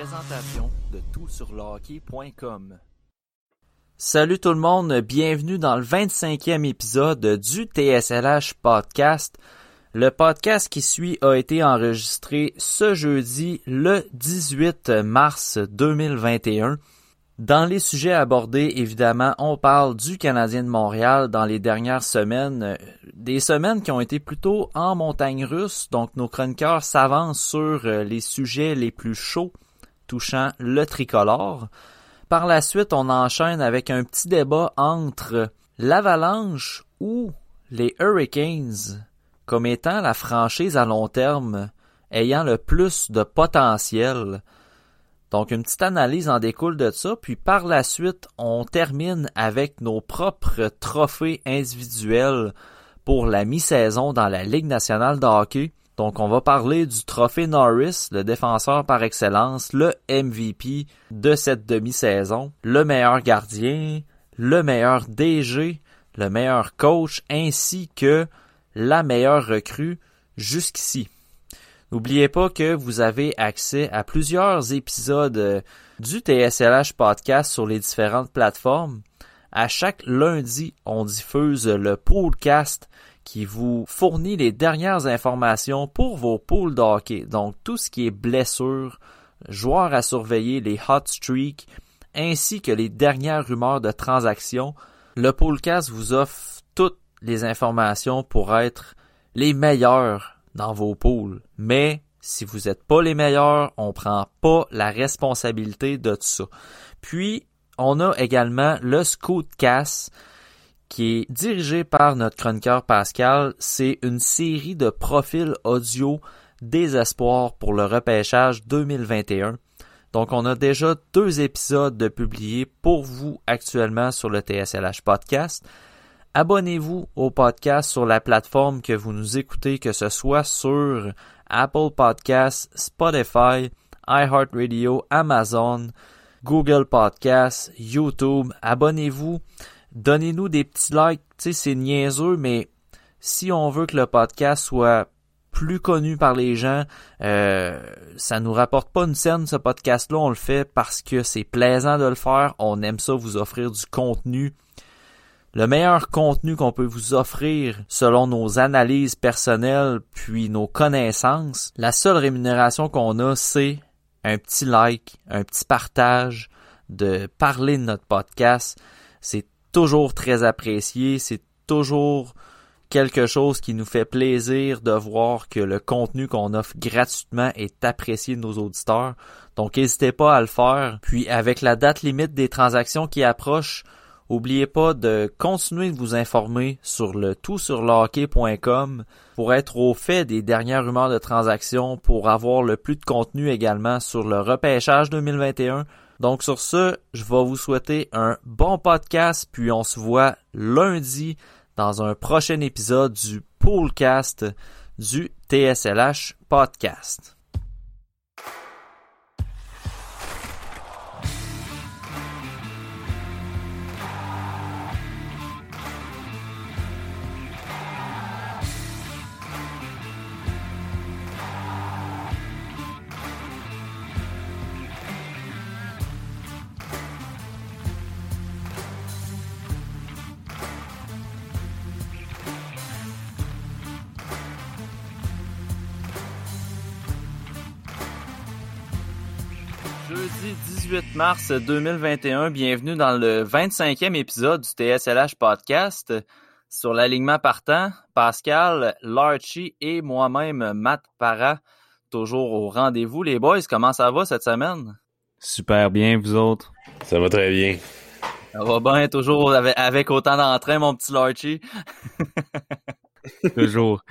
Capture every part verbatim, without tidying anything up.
présentation de tout sur le hockey point com. Salut tout le monde, bienvenue dans le vingt-cinquième épisode du T S L H Podcast. Le podcast qui suit a été enregistré ce jeudi, le dix-huit mars deux mille vingt et un. Dans les sujets abordés, évidemment, on parle du Canadien de Montréal dans les dernières semaines, des semaines qui ont été plutôt en montagne russe, donc nos chroniqueurs s'avancent sur les sujets les plus chauds touchant le tricolore. Par la suite, on enchaîne avec un petit débat entre l'Avalanche ou les Hurricanes comme étant la franchise à long terme ayant le plus de potentiel. Donc, une petite analyse en découle de ça. Puis par la suite, on termine avec nos propres trophées individuels pour la mi-saison dans la Ligue nationale de hockey. Donc, on va parler du trophée Norris, le défenseur par excellence, le M V P de cette demi-saison, le meilleur gardien, le meilleur D G, le meilleur coach, ainsi que la meilleure recrue jusqu'ici. N'oubliez pas que vous avez accès à plusieurs épisodes du T S L H Podcast sur les différentes plateformes. À chaque lundi, on diffuse le podcast qui vous fournit les dernières informations pour vos poules de hockey. Donc, tout ce qui est blessures, joueurs à surveiller, les hot streaks, ainsi que les dernières rumeurs de transactions. Le podcast vous offre toutes les informations pour être les meilleurs dans vos poules. Mais si vous n'êtes pas les meilleurs, on prend pas la responsabilité de tout ça. Puis, on a également le Scootcast qui est dirigé par notre chroniqueur Pascal. C'est une série de profils audio des espoirs pour le repêchage deux mille vingt et un. Donc, on a déjà deux épisodes de publiés pour vous actuellement sur le T S L H Podcast. Abonnez-vous au podcast sur la plateforme que vous nous écoutez, que ce soit sur Apple Podcasts, Spotify, iHeartRadio, Amazon, Google Podcasts, YouTube. Abonnez-vous, donnez-nous des petits likes. Tu sais, c'est niaiseux, mais si on veut que le podcast soit plus connu par les gens, euh, ça nous rapporte pas une scène, ce podcast-là. On le fait parce que c'est plaisant de le faire. On aime ça, vous offrir du contenu. Le meilleur contenu qu'on peut vous offrir selon nos analyses personnelles puis nos connaissances, la seule rémunération qu'on a, c'est un petit like, un petit partage, de parler de notre podcast. C'est toujours très apprécié, c'est toujours quelque chose qui nous fait plaisir de voir que le contenu qu'on offre gratuitement est apprécié de nos auditeurs. Donc, n'hésitez pas à le faire. Puis, avec la date limite des transactions qui approche, n'oubliez pas de continuer de vous informer sur le tout sur le hockey point com pour être au fait des dernières rumeurs de transactions, pour avoir le plus de contenu également sur le repêchage deux mille vingt et un. Donc sur ce, je vais vous souhaiter un bon podcast, puis on se voit lundi dans un prochain épisode du Poolcast du T S L H Podcast. Jeudi dix-huit mars deux mille vingt et un, bienvenue dans le vingt-cinquième épisode du T S L H Podcast. Sur l'alignement partant, Pascal, Larchie et moi-même, Matt Parra, toujours au rendez-vous. Les boys, comment ça va cette semaine? Super bien, vous autres? Ça va très bien. Ça va bien, toujours avec, avec autant d'entrain, mon petit Larchie. Toujours.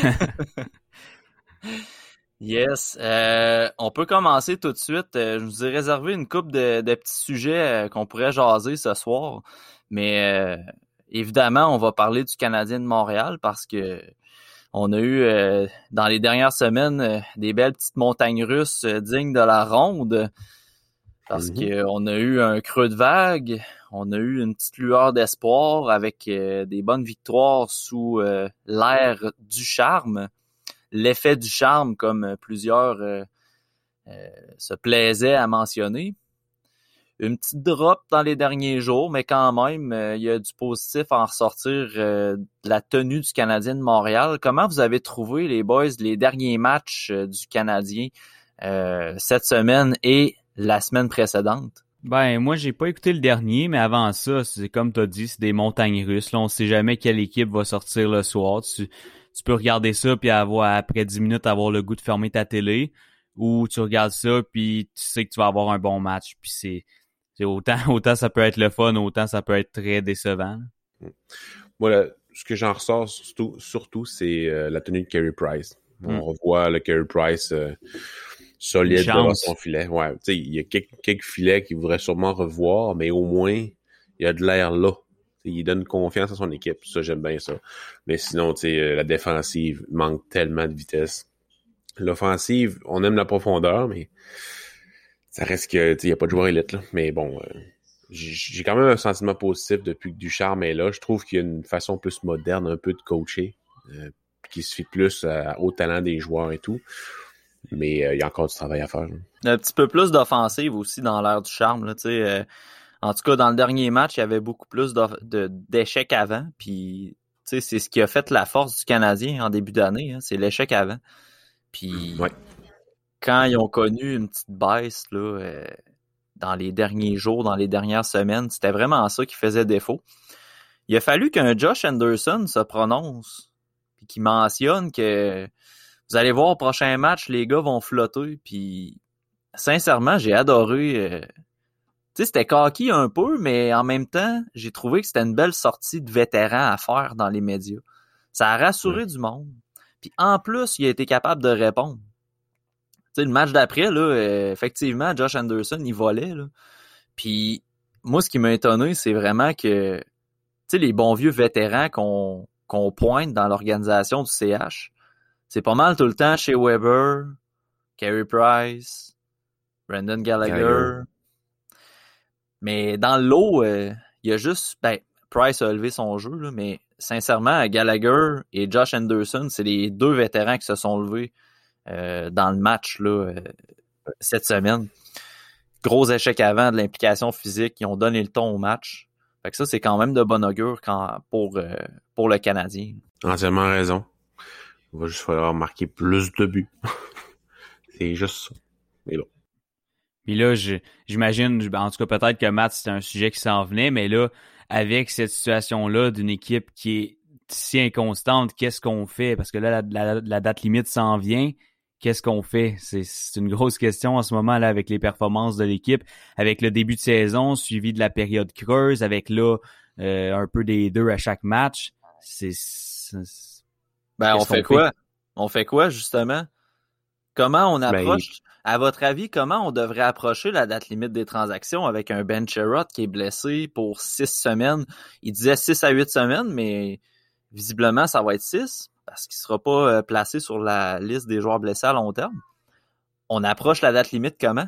Yes, euh, on peut commencer tout de suite. Euh, je vous ai réservé une couple de, de petits sujets euh, qu'on pourrait jaser ce soir, mais euh, évidemment, on va parler du Canadien de Montréal parce que on a eu euh, dans les dernières semaines euh, des belles petites montagnes russes euh, dignes de la ronde, parce mm-hmm. qu'on a eu un creux de vague, on a eu une petite lueur d'espoir avec euh, des bonnes victoires sous euh, l'ère du charme. L'effet du charme, comme plusieurs euh, euh, se plaisait à mentionner. Une petite drop dans les derniers jours, mais quand même, euh, il y a du positif à en ressortir euh, de la tenue du Canadien de Montréal. Comment vous avez trouvé, les boys, les derniers matchs euh, du Canadien euh, cette semaine et la semaine précédente? Ben, moi, j'ai pas écouté le dernier, mais avant ça, c'est comme t'as dit, c'est des montagnes russes. Là, on sait jamais quelle équipe va sortir le soir. Tu, tu peux regarder ça puis avoir, après dix minutes, avoir le goût de fermer ta télé, ou tu regardes ça puis tu sais que tu vas avoir un bon match. Puis c'est, c'est autant, autant ça peut être le fun, autant ça peut être très décevant. Moi, ce que j'en ressors surtout, surtout c'est euh, la tenue de Carey Price. On Mm. revoit le Carey Price euh, solide devant son filet. Ouais, tu sais, il y a quelques, quelques filets qu'il voudrait sûrement revoir, mais au moins, il y a de l'air là. T'sais, il donne confiance à son équipe. Ça, j'aime bien ça. Mais sinon, tu sais, la défensive manque tellement de vitesse. L'offensive, on aime la profondeur, mais ça reste que, tu sais, il n'y a pas de joueur élite, là. Mais bon, euh, j'ai quand même un sentiment positif depuis que Ducharme est là. Je trouve qu'il y a une façon plus moderne un peu de coacher, euh, qui se fie plus euh, au talent des joueurs et tout. Mais euh, il y a encore du travail à faire. Là. Un petit peu plus d'offensive aussi dans l'ère du charme. Là, euh, en tout cas, dans le dernier match, il y avait beaucoup plus de, d'échecs avant. Puis, c'est ce qui a fait la force du Canadien en début d'année. Hein, c'est l'échec avant. Puis, ouais. Quand ils ont connu une petite baisse là, euh, dans les derniers jours, dans les dernières semaines, c'était vraiment ça qui faisait défaut. Il a fallu qu'un Josh Anderson se prononce et qu'il mentionne que vous allez voir au prochain match, les gars vont flotter. Puis, sincèrement, j'ai adoré. Euh, tu sais, c'était cocky un peu, mais en même temps, j'ai trouvé que c'était une belle sortie de vétéran à faire dans les médias. Ça a rassuré ouais. du monde. Puis en plus, il a été capable de répondre. Tu sais, le match d'après, là, euh, effectivement, Josh Anderson, il volait, là. Puis moi, ce qui m'a étonné, c'est vraiment que, tu sais, les bons vieux vétérans qu'on, qu'on pointe dans l'organisation du C H, c'est pas mal tout le temps chez Weber, Carey Price, Brendan Gallagher. Gallagher. Mais dans l'eau, euh, il y a juste... Ben, Price a élevé son jeu, là, mais sincèrement, Gallagher et Josh Anderson, c'est les deux vétérans qui se sont levés euh, dans le match là, euh, cette semaine. Gros échec avant de l'implication physique. Ils ont donné le ton au match. Fait que ça, c'est quand même de bon augure quand, pour, euh, pour le Canadien. Entièrement raison. Il va juste falloir marquer plus de buts. C'est juste ça. Mais bon. Puis là, je, j'imagine, en tout cas, peut-être que Matt, c'était un sujet qui s'en venait, mais là, avec cette situation-là d'une équipe qui est si inconstante, qu'est-ce qu'on fait? Parce que là, la, la, la date limite s'en vient. Qu'est-ce qu'on fait? C'est, c'est une grosse question en ce moment, là, avec les performances de l'équipe, avec le début de saison, suivi de la période creuse, avec là, euh, un peu des deux à chaque match. C'est, c'est ben, on fait quoi? Fait? On fait quoi, justement? Comment on approche... Ben, à votre avis, comment on devrait approcher la date limite des transactions avec un Ben Chirot qui est blessé pour six semaines? Il disait six à huit semaines, mais visiblement, ça va être six parce qu'il ne sera pas placé sur la liste des joueurs blessés à long terme. On approche la date limite comment?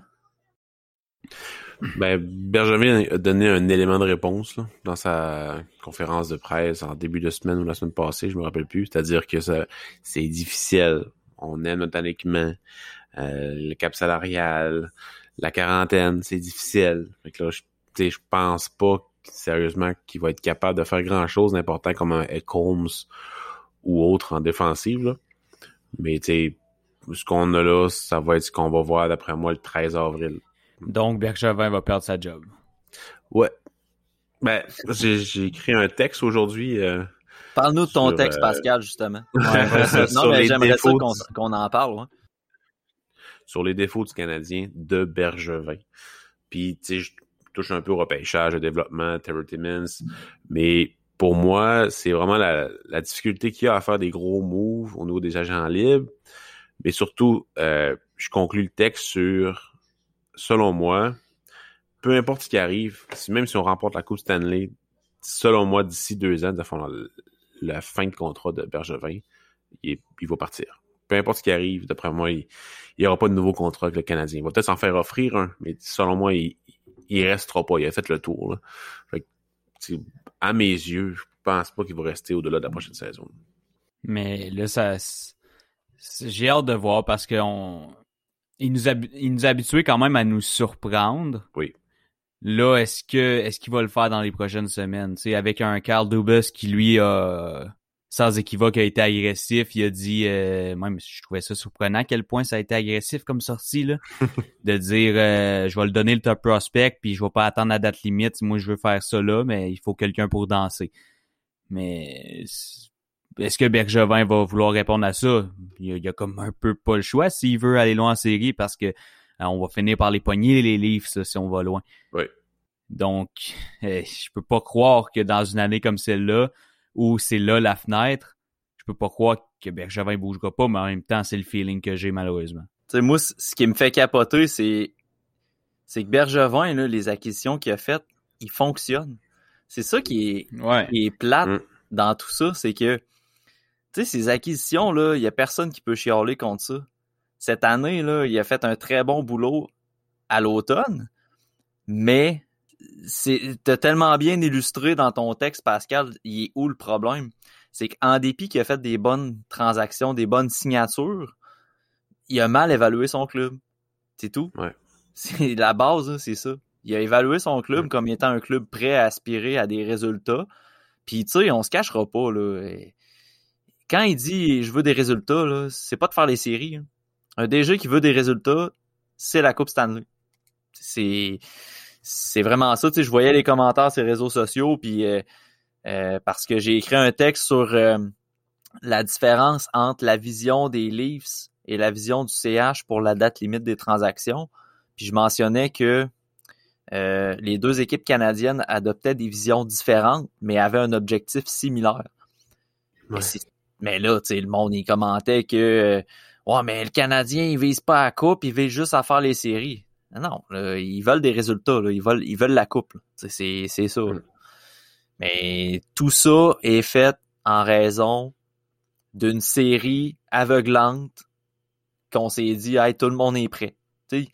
Ben, Bergevin a donné un élément de réponse là, dans sa conférence de presse en début de semaine ou la semaine passée, je me rappelle plus. C'est-à-dire que ça, c'est difficile. On aime notre alignement. Euh, le cap salarial, la quarantaine, c'est difficile. Fait que là, je, je pense pas sérieusement qu'il va être capable de faire grand-chose d'important comme un Ed Holmes ou autre en défensive. Là. Mais tu sais, ce qu'on a là, ça va être ce qu'on va voir d'après moi le treize avril. Donc Bergevin va perdre sa job. Ouais. Ben, j'ai, j'ai écrit un texte aujourd'hui. Euh, Parle-nous de ton sur, texte, euh... Pascal, justement. Ouais, non, mais j'aimerais ça qu'on, qu'on en parle. Ouais. Sur les défauts du Canadien de Bergevin. Puis, tu sais, je touche un peu au repêchage, au développement, Terry Timmins, mais pour moi, c'est vraiment la, la difficulté qu'il y a à faire des gros moves au niveau des agents libres, mais surtout, euh, je conclus le texte sur, selon moi, peu importe ce qui arrive, même si on remporte la Coupe Stanley, selon moi, d'ici deux ans, de la, la fin de contrat de Bergevin, il, il va partir. Peu importe ce qui arrive, d'après moi, il n'y aura pas de nouveau contrat avec le Canadien. Il va peut-être s'en faire offrir un, mais selon moi, il il restera pas. Il a fait le tour. Là. Fait que, à mes yeux, je pense pas qu'il va rester au-delà de la prochaine saison. Mais là, ça, j'ai hâte de voir parce que on, il nous a, il nous a habitués quand même à nous surprendre. Oui. Là, est-ce que est-ce qu'il va le faire dans les prochaines semaines? Tu sais, avec un Carl Dubas qui, lui, a, sans équivoque, a été agressif. Il a dit, euh, même je trouvais ça surprenant à quel point ça a été agressif comme sortie, là, de dire, euh, je vais le donner le top prospect, puis je vais pas attendre la date limite. Moi, je veux faire ça là, mais il faut quelqu'un pour danser. Mais est-ce que Bergevin va vouloir répondre à ça? Il y a, il y a comme un peu pas le choix s'il veut aller loin en série, parce que euh, on va finir par les pogner, les Leafs, ça, si on va loin. Oui. Donc, euh, je peux pas croire que dans une année comme celle-là, où c'est là la fenêtre, je peux pas croire que Bergevin bougera pas, mais en même temps, c'est le feeling que j'ai, malheureusement. Tu sais, moi, ce qui me fait capoter, c'est, c'est que Bergevin, là, les acquisitions qu'il a faites, ils fonctionnent. C'est ça qui est, ouais. qui est plate mm. dans tout ça, c'est que, tu sais, ces acquisitions-là, il y a personne qui peut chialer contre ça. Cette année, là, il a fait un très bon boulot à l'automne, mais c'est, t'as tellement bien illustré dans ton texte, Pascal, il est où le problème? C'est qu'en dépit qu'il a fait des bonnes transactions, des bonnes signatures, il a mal évalué son club. C'est tout. Ouais. C'est la base, hein, c'est ça. Il a évalué son club ouais. comme étant un club prêt à aspirer à des résultats. Puis, tu sais, on se cachera pas, là. Quand il dit « je veux des résultats », là, c'est pas de faire les séries. Hein. Un D G qui veut des résultats, c'est la Coupe Stanley. C'est, c'est vraiment ça. Tu sais, je voyais les commentaires sur les réseaux sociaux, puis euh, euh, parce que j'ai écrit un texte sur euh, la différence entre la vision des Leafs et la vision du C H pour la date limite des transactions. Puis je mentionnais que euh, les deux équipes canadiennes adoptaient des visions différentes, mais avaient un objectif similaire. Ouais. Mais, mais là, tu sais, le monde, il commentait que euh, ouais, mais le Canadien, il vise pas à la coupe, il vise juste à faire les séries. Non, là, ils veulent des résultats, là, ils veulent, ils veulent la coupe. C'est, c'est ça. Là. Mais tout ça est fait en raison d'une série aveuglante qu'on s'est dit, hey, tout le monde est prêt. T'sais,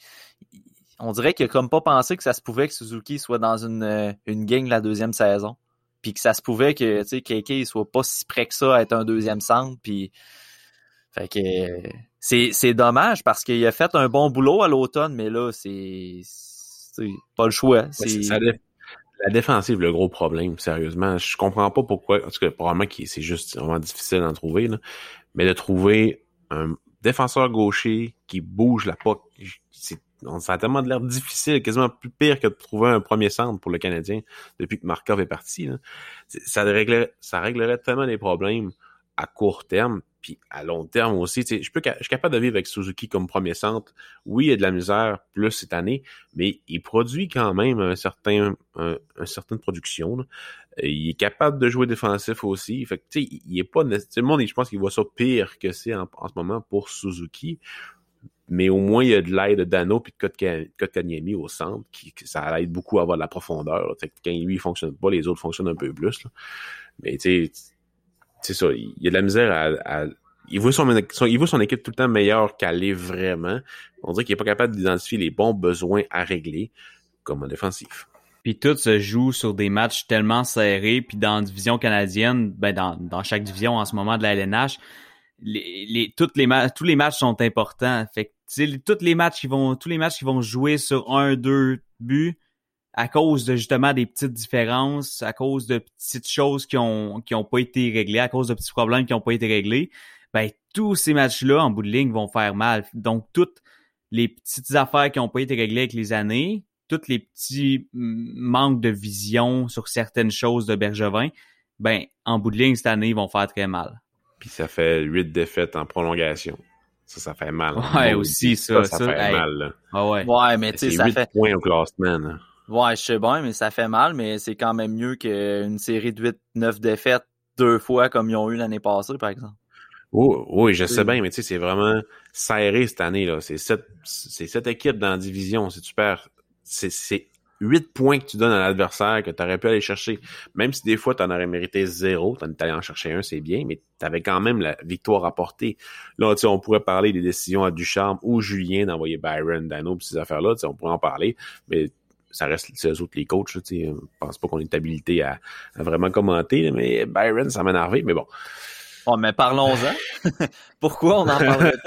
on dirait qu'il a comme pas pensé que ça se pouvait que Suzuki soit dans une, une gang la deuxième saison. Puis que ça se pouvait que, tu sais, Kéké soit pas si prêt que ça à être un deuxième centre. Puis, fait que c'est, c'est dommage parce qu'il a fait un bon boulot à l'automne, mais là, c'est, c'est pas le choix. C'est... Ouais, c'est ça, la défensive, le gros problème, sérieusement. Je comprends pas pourquoi. En tout cas, probablement que c'est juste vraiment difficile d'en trouver, là. Mais de trouver un défenseur gaucher qui bouge la puck, c'est, ça a tellement de l'air difficile, quasiment plus pire que de trouver un premier centre pour le Canadien depuis que Markov est parti, là. Ça réglerait, ça réglerait tellement les problèmes à court terme, puis à long terme aussi. Tu sais, je peux, je suis capable de vivre avec Suzuki comme premier centre. Oui, il y a de la misère plus cette année, mais il produit quand même un certain, un, une certaine production, là. Il est capable de jouer défensif aussi. Fait que, tu sais, il est pas, tout le monde, je pense qu'il voit ça pire que c'est en, en ce moment pour Suzuki. Mais au moins, il y a de l'aide de Dano puis de Kotkaniemi au centre, qui, qui ça aide beaucoup à avoir de la profondeur, là. Fait que quand lui, il fonctionne pas, les autres fonctionnent un peu plus, là. Mais tu sais, c'est ça, il y a de la misère à... à il, veut son, son, il veut son équipe tout le temps meilleure qu'elle est vraiment. On dirait qu'il est pas capable d'identifier les bons besoins à régler, comme en défensif. Puis tout se joue sur des matchs tellement serrés, puis dans la division canadienne, ben dans, dans chaque division en ce moment de la L N H, les, les, toutes les ma- tous les matchs sont importants. Fait que tu sais, tous les matchs qui vont, tous les matchs qui vont jouer sur un, deux buts, à cause de justement des petites différences, à cause de petites choses qui ont qui ont pas été réglées, à cause de petits problèmes qui ont pas été réglés, ben tous ces matchs-là, en bout de ligne, vont faire mal. Donc, toutes les petites affaires qui ont pas été réglées avec les années, tous les petits manques de vision sur certaines choses de Bergevin, ben en bout de ligne, cette année, ils vont faire très mal. Puis ça fait huit défaites en prolongation. Ça, ça fait mal. Ouais, bon, aussi, ça. Ça, ça, ça fait hey. mal, là. Ah ouais. Ouais, mais tu sais, ça huit fait... points au classement, là. Ouais, je sais bien, mais ça fait mal, mais c'est quand même mieux qu'une série de huit neuf défaites deux fois comme ils ont eu l'année passée, par exemple. Oh, oui, je sais bien, mais tu sais, c'est vraiment serré cette année, là. C'est sept, c'est sept équipes dans la division. C'est super. C'est, c'est huit points que tu donnes à l'adversaire que tu aurais pu aller chercher. Même si des fois, tu en aurais mérité zéro, tu en es allé en chercher un, c'est bien, mais tu avais quand même la victoire à porter. Là, tu sais, on pourrait parler des décisions à Ducharme ou Julien d'envoyer Byron, Dano, pis ces affaires-là, tu sais, on pourrait en parler, mais ça reste eux autres les coachs, tu sais, je pense pas qu'on ait habilité à, à vraiment commenter, mais Byron, ça m'a énervé, mais bon. Oh, mais parlons-en. Pourquoi on en parlerait pas?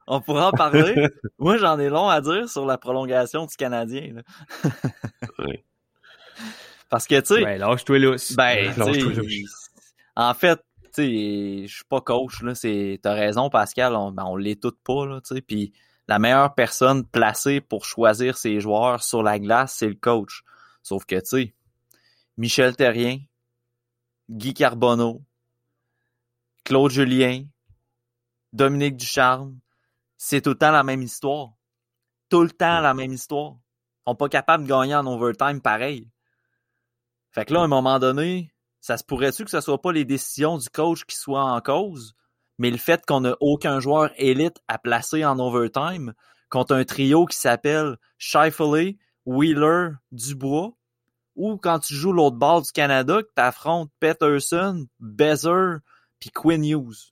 On pourra en parler. Moi, j'en ai long à dire sur la prolongation du Canadien. Là. Ouais. Parce que, tu sais... Ouais, lâche-toi lousse. Ben, Lâche-toi tu lousse. sais, en fait, tu sais, je suis pas coach, là. C'est, t'as raison, Pascal, on, ben, on l'est toutes pas, là, tu sais. Puis la meilleure personne placée pour choisir ses joueurs sur la glace, c'est le coach. Sauf que, tu sais, Michel Therrien, Guy Carbonneau, Claude Julien, Dominique Ducharme, c'est tout le temps la même histoire. Tout le temps la même histoire. Ils sont pas capables de gagner en overtime pareil. Fait que là, à un moment donné, ça se pourrait-tu que ce soit pas les décisions du coach qui soient en cause, mais le fait qu'on n'a aucun joueur élite à placer en overtime contre un trio qui s'appelle Scheifele, Wheeler, Dubois, ou quand tu joues l'autre bord du Canada, que t'affrontes Peterson, Bezer, puis Quinn Hughes.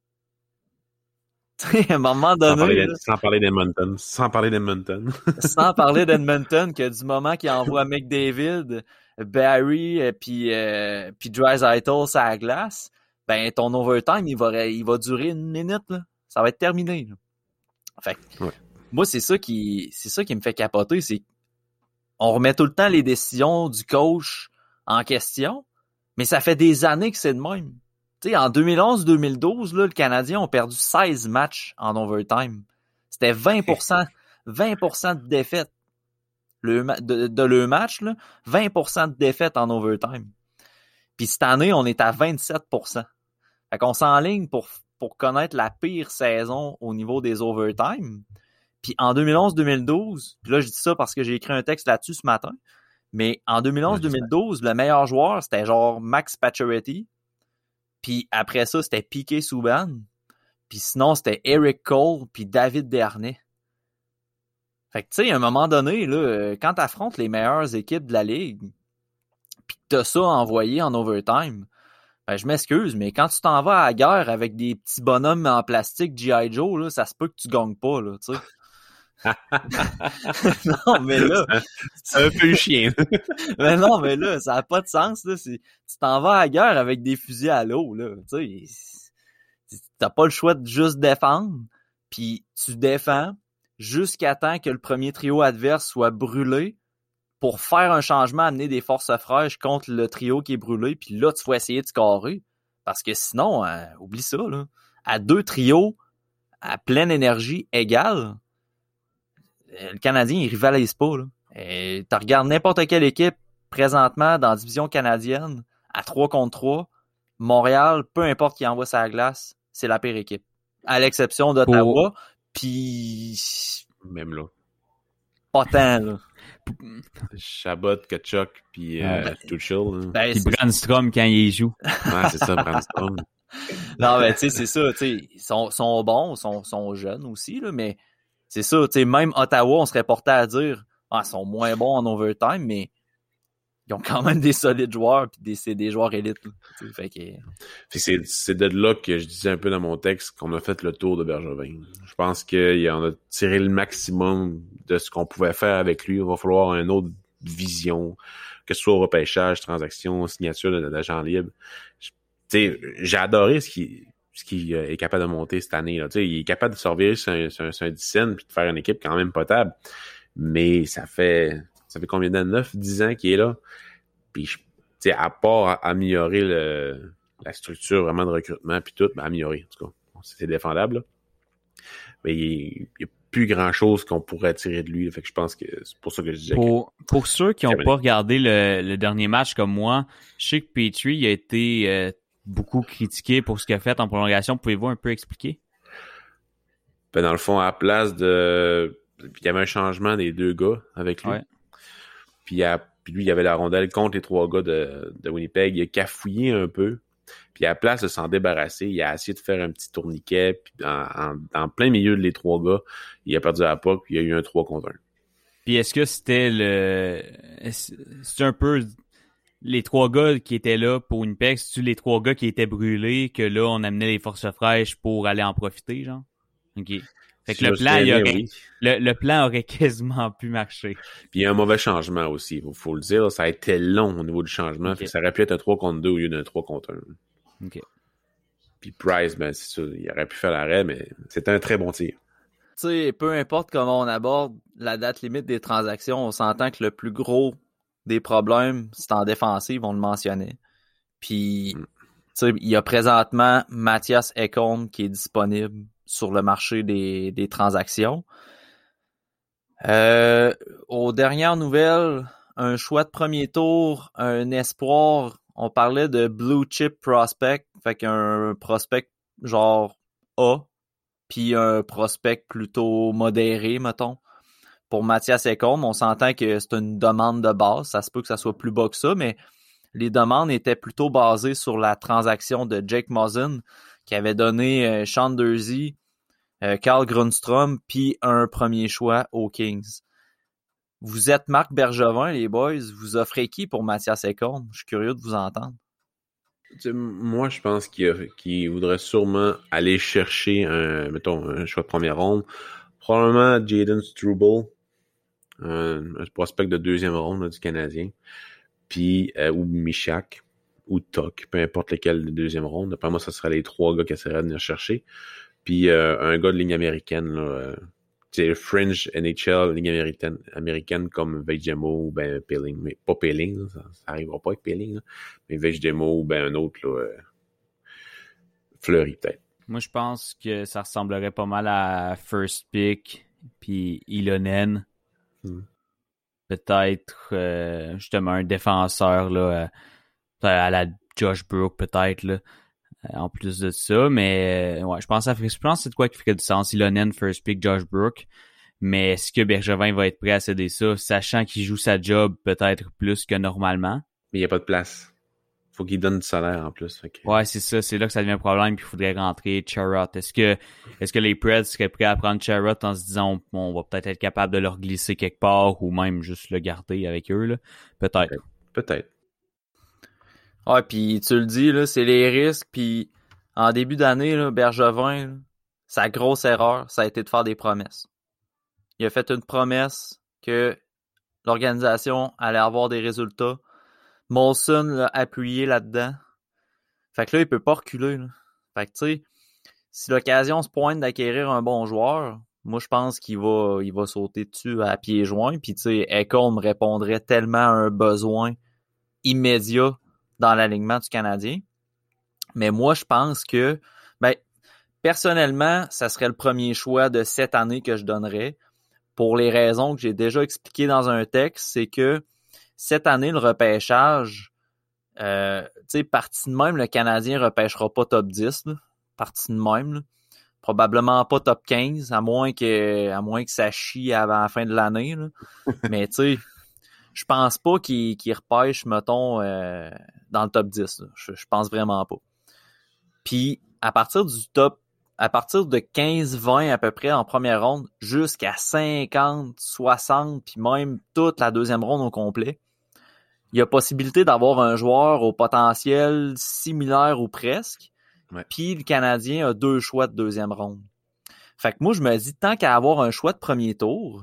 À un moment Sans donné, parler, là, sans parler d'Edmonton. Sans parler d'Edmonton. sans parler d'Edmonton, que du moment qu'il envoie McDavid, Barry, euh, puis euh, puis Draisaitl sur la glace, ben ton overtime, il va, il va durer une minute, là. Ça va être terminé. Là. Fait que, Ouais. moi, c'est ça qui c'est ça qui me fait capoter, c'est on remet tout le temps les décisions du coach en question, mais ça fait des années que c'est de même. Tu sais, en deux mille onze deux mille douze, là, le Canadien ont perdu seize matchs en overtime. C'était vingt pour cent, vingt pour cent de défaite le, de, de le match, là, vingt pour cent de défaite en overtime. Puis cette année, on est à vingt-sept pour cent. Fait qu'on s'enligne pour, pour connaître la pire saison au niveau des overtime. Puis en deux mille onze deux mille douze, puis là je dis ça parce que j'ai écrit un texte là-dessus ce matin, mais en deux mille onze deux mille douze, le meilleur joueur, c'était genre Max Pacioretty. Puis après ça, c'était Piquet Souban. Puis sinon, c'était Eric Cole puis David Desharnais. Fait que tu sais, à un moment donné, là, quand t'affrontes les meilleures équipes de la Ligue, puis que t'as ça envoyé en overtime, ben je m'excuse, mais quand tu t'en vas à la guerre avec des petits bonhommes en plastique G I Joe, là, ça se peut que tu gagnes pas, là, tu sais. Non, mais là... C'est un peu le chien. Mais non, mais là, ça n'a pas de sens, là. C'est, tu t'en vas à la guerre avec des fusils à l'eau, là. Tu sais, t'as pas le choix de juste défendre, puis tu défends jusqu'à temps que le premier trio adverse soit brûlé pour faire un changement, amener des forces fraîches contre le trio qui est brûlé, puis là, tu vas essayer de scorer. Parce que sinon, euh, oublie ça, là. À deux trios, à pleine énergie égale, le Canadien, il rivalise pas, là. Et tu regardes n'importe quelle équipe présentement dans la division canadienne à trois contre trois, Montréal, peu importe qui envoie sa glace, c'est la pire équipe. À l'exception d'Ottawa, puis Même là. pas tant, là. Chabot, Kachuk, puis euh, Ouais. Tuchel. Ben, Puis c'est... Brandstrom quand il joue. Ouais, c'est ça, Brandstrom. Non, ben, tu sais, c'est ça, tu sais, ils sont, sont bons, sont, sont jeunes aussi, là, mais c'est ça, tu sais, même Ottawa, on serait porté à dire, ah, ils sont moins bons en overtime, mais ils ont quand même des solides joueurs, puis des, c'est des joueurs élites, là. Fait que... Puis c'est, c'est de là que je disais un peu dans mon texte qu'on a fait le tour de Bergevin. Je pense qu'on a tiré le maximum de ce qu'on pouvait faire avec lui. Il va falloir une autre vision, que ce soit au repêchage, transaction, signature de, d'agent libre. Tu sais, j'ai adoré ce qu'il, ce qu'il est capable de monter cette année. Là. Tu sais, il est capable de surveiller sur un, sur un, sur un dix puis de faire une équipe quand même potable. Mais ça fait ça fait combien d'années? neuf, dix ans qu'il est là. Puis, tu sais, à part améliorer le, la structure vraiment de recrutement puis tout, ben améliorer, en tout cas. C'est défendable, là. Mais il n'y a plus grand-chose qu'on pourrait tirer de lui. Là. Fait que je pense que c'est pour ça que je disais Pour, que... pour ceux qui n'ont pas regardé le, le dernier match comme moi, je sais que Petrie a été euh, beaucoup critiqué pour ce qu'il a fait en prolongation. Pouvez-vous un peu expliquer? Ben, dans le fond, à la place de... Il y avait un changement des deux gars avec lui. Ouais. Puis, à... Puis lui, il y avait la rondelle contre les trois gars de, de Winnipeg. Il a cafouillé un peu. Puis à la place de s'en débarrasser, il a essayé de faire un petit tourniquet. Puis en, en, en plein milieu de les trois gars, il a perdu la puck. Puis il y a eu un trois contre un. Puis est-ce que c'était le... C'est un peu... Les trois gars qui étaient là pour Winnipeg, c'est-tu les trois gars qui étaient brûlés que là, on amenait les forces fraîches pour aller en profiter, genre? OK. Fait que Si le je plan, il bien, aurait, oui. le, le plan aurait quasiment pu marcher. Puis il y a un mauvais changement aussi, il faut le dire. Ça a été long au niveau du changement. Okay. Fait que ça aurait pu être un trois contre deux au lieu d'un trois contre un. OK. Puis Price, ben c'est ça, il aurait pu faire l'arrêt, mais c'était un très bon tir. tu sais, peu importe comment on aborde la date limite des transactions, on s'entend que le plus gros des problèmes, c'est en défensive, on le mentionnait. Puis, mm. tu sais, il y a présentement Mattias Ekholm qui est disponible sur le marché des, des transactions. Euh, aux dernières nouvelles, un choix de premier tour, un espoir, on parlait de blue chip prospect, fait qu'un prospect genre A, puis un prospect plutôt modéré, mettons. Pour Mattias Ekholm, on s'entend que c'est une demande de base, ça se peut que ça soit plus bas que ça, mais les demandes étaient plutôt basées sur la transaction de Jake Muzzin, qui avait donné euh, Sean Durzi, euh, Carl Grundstrom, puis un premier choix aux Kings. Vous êtes Marc Bergevin, les boys. Vous offrez qui pour Mattias Ekholm? Je suis curieux de vous entendre. Moi, je pense qu'il, qu'il voudrait sûrement aller chercher un, mettons, un choix de première ronde. Probablement Jayden Struble, un, un prospect de deuxième ronde là, du Canadien. Puis, euh, ou Michak, ou Tok, peu importe lequel de deuxième ronde. D'après moi, ça serait les trois gars qui essaieraient de venir chercher. Puis, euh, un gars de ligne américaine, là, euh, c'est Fringe N H L, ligne américaine, américaine comme Vejemo ou ben Peeling. Mais pas Peeling, là, ça, ça arrivera pas avec Peeling, là. Mais Vejemo ou ben un autre, là, euh, Fleury, peut-être. Moi, je pense que ça ressemblerait pas mal à First Pick puis Ilonen. Hmm. Peut-être euh, justement un défenseur là, euh, à la Josh Brook, peut-être là, euh, en plus de ça. Mais euh, ouais, je pense que je pense que c'est de quoi qui ferait du sens. Ilonen, First Pick, Josh Brook. Mais est-ce que Bergevin va être prêt à céder ça, sachant qu'il joue sa job peut-être plus que normalement? Mais il n'y a pas de place. Faut qu'il donne du salaire en plus. Fait que... Ouais, c'est ça. C'est là que ça devient un problème. Puis il faudrait rentrer Charrot. Est-ce que est-ce que les Preds seraient prêts à prendre Charrot en se disant on, on va peut-être être capable de leur glisser quelque part ou même juste le garder avec eux là? Peut-être. Peut-être. Ouais, puis tu le dis là, c'est les risques. Puis en début d'année, là, Bergevin, là, sa grosse erreur, ça a été de faire des promesses. Il a fait une promesse que l'organisation allait avoir des résultats. Molson l'a appuyé là-dedans. Fait que là, il peut pas reculer. Là. Fait que tu sais, si l'occasion se pointe d'acquérir un bon joueur, moi je pense qu'il va il va sauter dessus à pieds joints. Puis tu sais, Ekholm répondrait tellement à un besoin immédiat dans l'alignement du Canadien. Mais moi, je pense que ben personnellement, ça serait le premier choix de cette année que je donnerais. Pour les raisons que j'ai déjà expliquées dans un texte, c'est que cette année, le repêchage, euh, tu sais, parti de même, le Canadien ne repêchera pas top dix, là, parti de même. Là. Probablement pas top quinze, à moins que à moins que ça chie avant la fin de l'année. Là. Mais tu sais, je pense pas qu'il, qu'il repêche, mettons, euh, dans le top dix. Là. Je, je pense vraiment pas. Puis, à partir du top à partir de quinze vingt à peu près en première ronde, jusqu'à cinquante, soixante, puis même toute la deuxième ronde au complet, il y a possibilité d'avoir un joueur au potentiel similaire ou presque, ouais. Puis le Canadien a deux choix de deuxième ronde. Fait que moi, je me dis, tant qu'à avoir un choix de premier tour,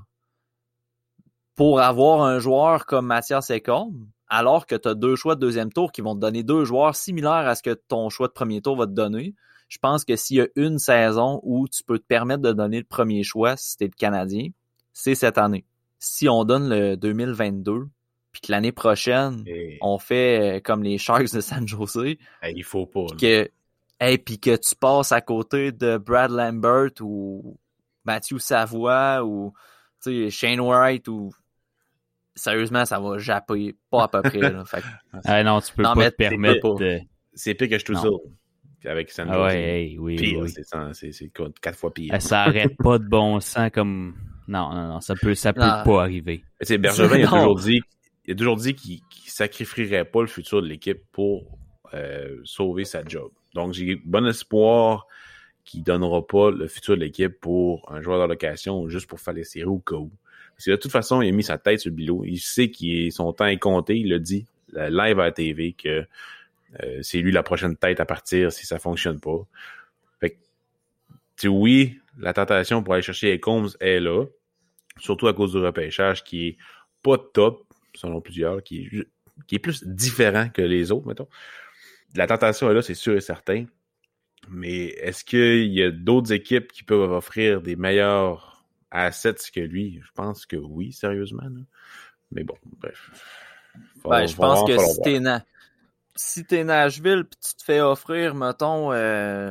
pour avoir un joueur comme Mattias Ekholm, alors que tu as deux choix de deuxième tour qui vont te donner deux joueurs similaires à ce que ton choix de premier tour va te donner, je pense que s'il y a une saison où tu peux te permettre de donner le premier choix si t'es le Canadien, c'est cette année. Si on donne le deux mille vingt-deux, puis que l'année prochaine, hey. on fait comme les Sharks de San Jose, hey, il faut pas. Puis que, hey, puis que tu passes à côté de Brad Lambert ou Mathieu Savoie ou tu sais Shane Wright ou sérieusement, ça va japper pas à peu près. Là. Fait que... ah non, tu peux non, pas te permettre pas. de... C'est pire que je tout ça. Avec San Jose. Ah ouais, hey, oui, pire, oui. C'est, c'est, c'est quatre fois pire. Ça arrête pas de bon sens comme... Non, non, non, ça peut, ça peut non. pas arriver. Tu sais, Bergevin, il a toujours dit, il a toujours dit qu'il, qu'il sacrifierait pas le futur de l'équipe pour euh, sauver sa job. Donc, j'ai bon espoir qu'il donnera pas le futur de l'équipe pour un joueur d'allocation juste pour faire les séries au cas où. Parce que de toute façon, il a mis sa tête sur le bilot. Il sait que son temps est compté. Il l'a dit live à la T V que Euh, c'est lui la prochaine tête à partir si ça fonctionne pas. Fait que, tu oui, la tentation pour aller chercher les Combs est là, surtout à cause du repêchage qui est pas top, selon plusieurs, qui est, qui est plus différent que les autres, mettons. La tentation est là, c'est sûr et certain. Mais est-ce qu'il y a d'autres équipes qui peuvent offrir des meilleurs assets que lui? Je pense que oui, sérieusement. Là. Mais bon, bref. Faut, ben, je pense que si t'es, na... si t'es Nashville pis tu te fais offrir, mettons, euh...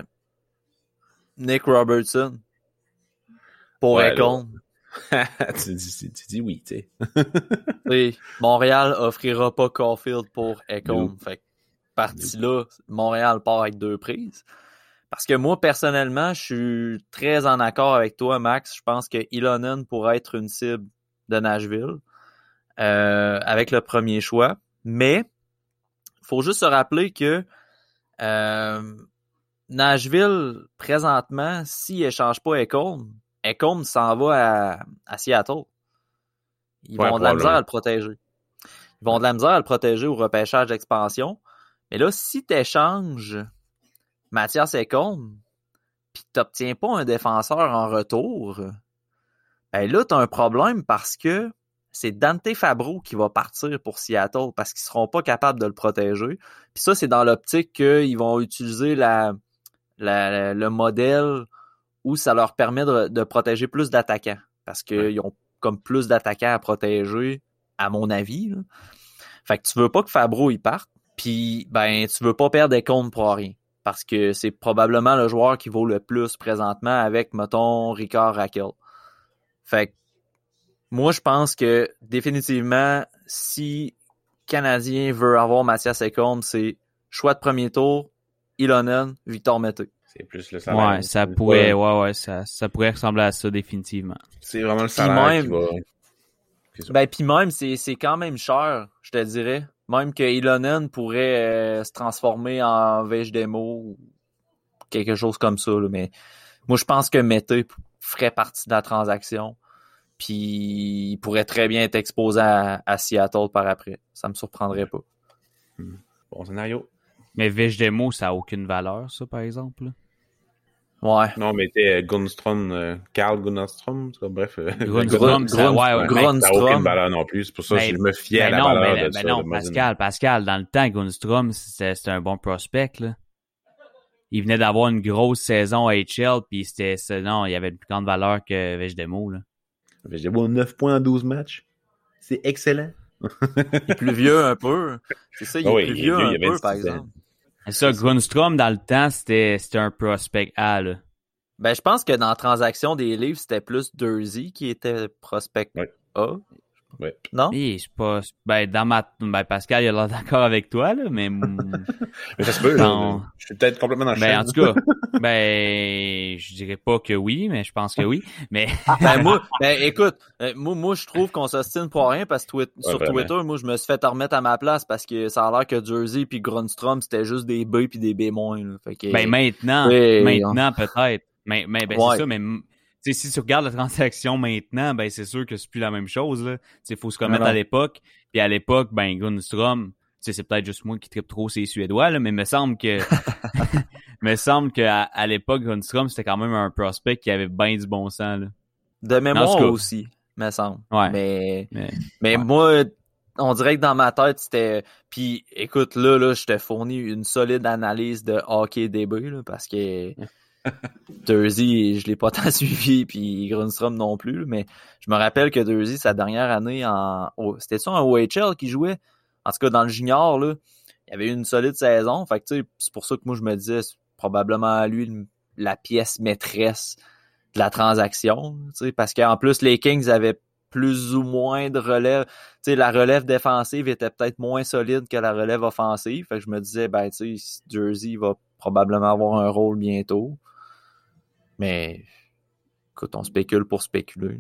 Nick Robertson pour ouais, Ekholm. tu, dis, tu dis oui, tu sais. Oui, Montréal offrira pas Caulfield pour Ekholm. Fait que parti là, Montréal part avec deux prises. Parce que moi, personnellement, je suis très en accord avec toi, Max. Je pense que Ilonen pourrait être une cible de Nashville euh, avec le premier choix. Mais il faut juste se rappeler que euh, Nashville, présentement, s'il échange pas Ekholm, Ekholm s'en va à, à Seattle. Ils ouais, vont de la misère à le protéger. Ils vont de la misère à le protéger au repêchage d'expansion. Mais là, si tu échanges Mathias Ekholm, puis tu n'obtiens pas un défenseur en retour, ben là, tu as un problème parce que c'est Dante Fabro qui va partir pour Seattle parce qu'ils ne seront pas capables de le protéger. Puis ça, c'est dans l'optique qu'ils vont utiliser la, la, le modèle où ça leur permet de, de protéger plus d'attaquants parce qu'ils ouais. ont comme plus d'attaquants à protéger, à mon avis. Là. Fait que tu veux pas que Fabro y parte, puis ben tu veux pas perdre des comptes pour rien. Parce que c'est probablement le joueur qui vaut le plus présentement avec, mettons, Ricard Raquel. Fait que moi, je pense que définitivement, si Canadien veut avoir Mathias Ekholm, c'est choix de premier tour, Ilonen, Victor Mété. C'est plus le salaire. Ouais, ça pourrait, ouais, ouais, ça, ça pourrait ressembler à ça définitivement. C'est vraiment le salaire même, qui va... Ben, puis même, c'est, c'est quand même cher, je te dirais. Même que Ilonen pourrait euh, se transformer en Vejdemo ou quelque chose comme ça. Là. Mais moi, je pense que Mété ferait partie de la transaction. Puis il pourrait très bien être exposé à, à Seattle par après. Ça me surprendrait pas. Hmm. Bon scénario. Mais Vejdemo, ça n'a aucune valeur, ça, par exemple. Ouais. Non, mais t'es Gunström, euh, Carl Gunström, bref. Grundstrom, ça, ouais, ouais. Grundstrom. Ça n'a aucune valeur non plus. C'est pour ça que je me fiais à la non, valeur mais, de mais ça. non, de Pascal, Pascal, dans le temps, Gunström, c'était, c'était un bon prospect, là. Il venait d'avoir une grosse saison à H L, puis c'était, c'est, non, il y avait une plus grande valeur que Vejdemo, là. Vejdemo, neuf points en douze matchs. C'est excellent. Il est plus vieux un peu. C'est ça, il est oh oui, plus vieux, vieux un peu, par exemple. C'est ça, Grundstrom, dans le temps, c'était, c'était un prospect A, là. Ben, je pense que dans la transaction des livres, c'était plus Dursey qui était prospect ouais. A. Ouais. Non? Oui, c'est pas, ben, dans ma, ben, Pascal, il a l'air d'accord avec toi, là, mais. mais ça se peut, dans... je suis peut-être complètement dans le ben, champ. En tout cas, ben, je dirais pas que oui, mais je pense que oui, mais. ben, moi, ben, écoute, moi, moi, je trouve qu'on s'ostine pour rien parce que twi- ouais, sur vraiment. Twitter, moi, je me suis fait remettre à ma place parce que ça a l'air que Dursey puis Grundstrom, c'était juste des B puis des B-. Là. Fait que, ben, maintenant, ouais, maintenant, on... peut-être. Mais, mais ben, ouais. C'est ça, mais t'sais, si tu regardes la transaction maintenant, ben c'est sûr que c'est plus la même chose. Il faut se remettre non, non. à l'époque. Puis à l'époque, ben Gunström, c'est peut-être juste moi qui tripe trop ces Suédois, là, mais me semble que me semble qu'à à l'époque, Gunström, c'était quand même un prospect qui avait bien du bon sens. Là. De mémoire aussi, me semble. Ouais. Mais, mais, mais ouais. moi, on dirait que dans ma tête, c'était... Puis écoute, là, là, je t'ai fourni une solide analyse de hockey D B, là, parce que... Dursey, je l'ai pas tant suivi, puis Grundstrom non plus, mais je me rappelle que Dursey, sa dernière année en... Oh, c'était ça, en O H L qui jouait? En tout cas, dans le junior, là, il y avait eu une solide saison. Fait que, tu sais, c'est pour ça que moi, je me disais, c'est probablement à lui la pièce maîtresse de la transaction, tu sais, parce qu'en plus, les Kings avaient plus ou moins de relève. Tu sais, la relève défensive était peut-être moins solide que la relève offensive. Fait que je me disais, ben, tu sais, Dursey va probablement avoir un rôle bientôt. Mais, écoute, on spécule pour spéculer.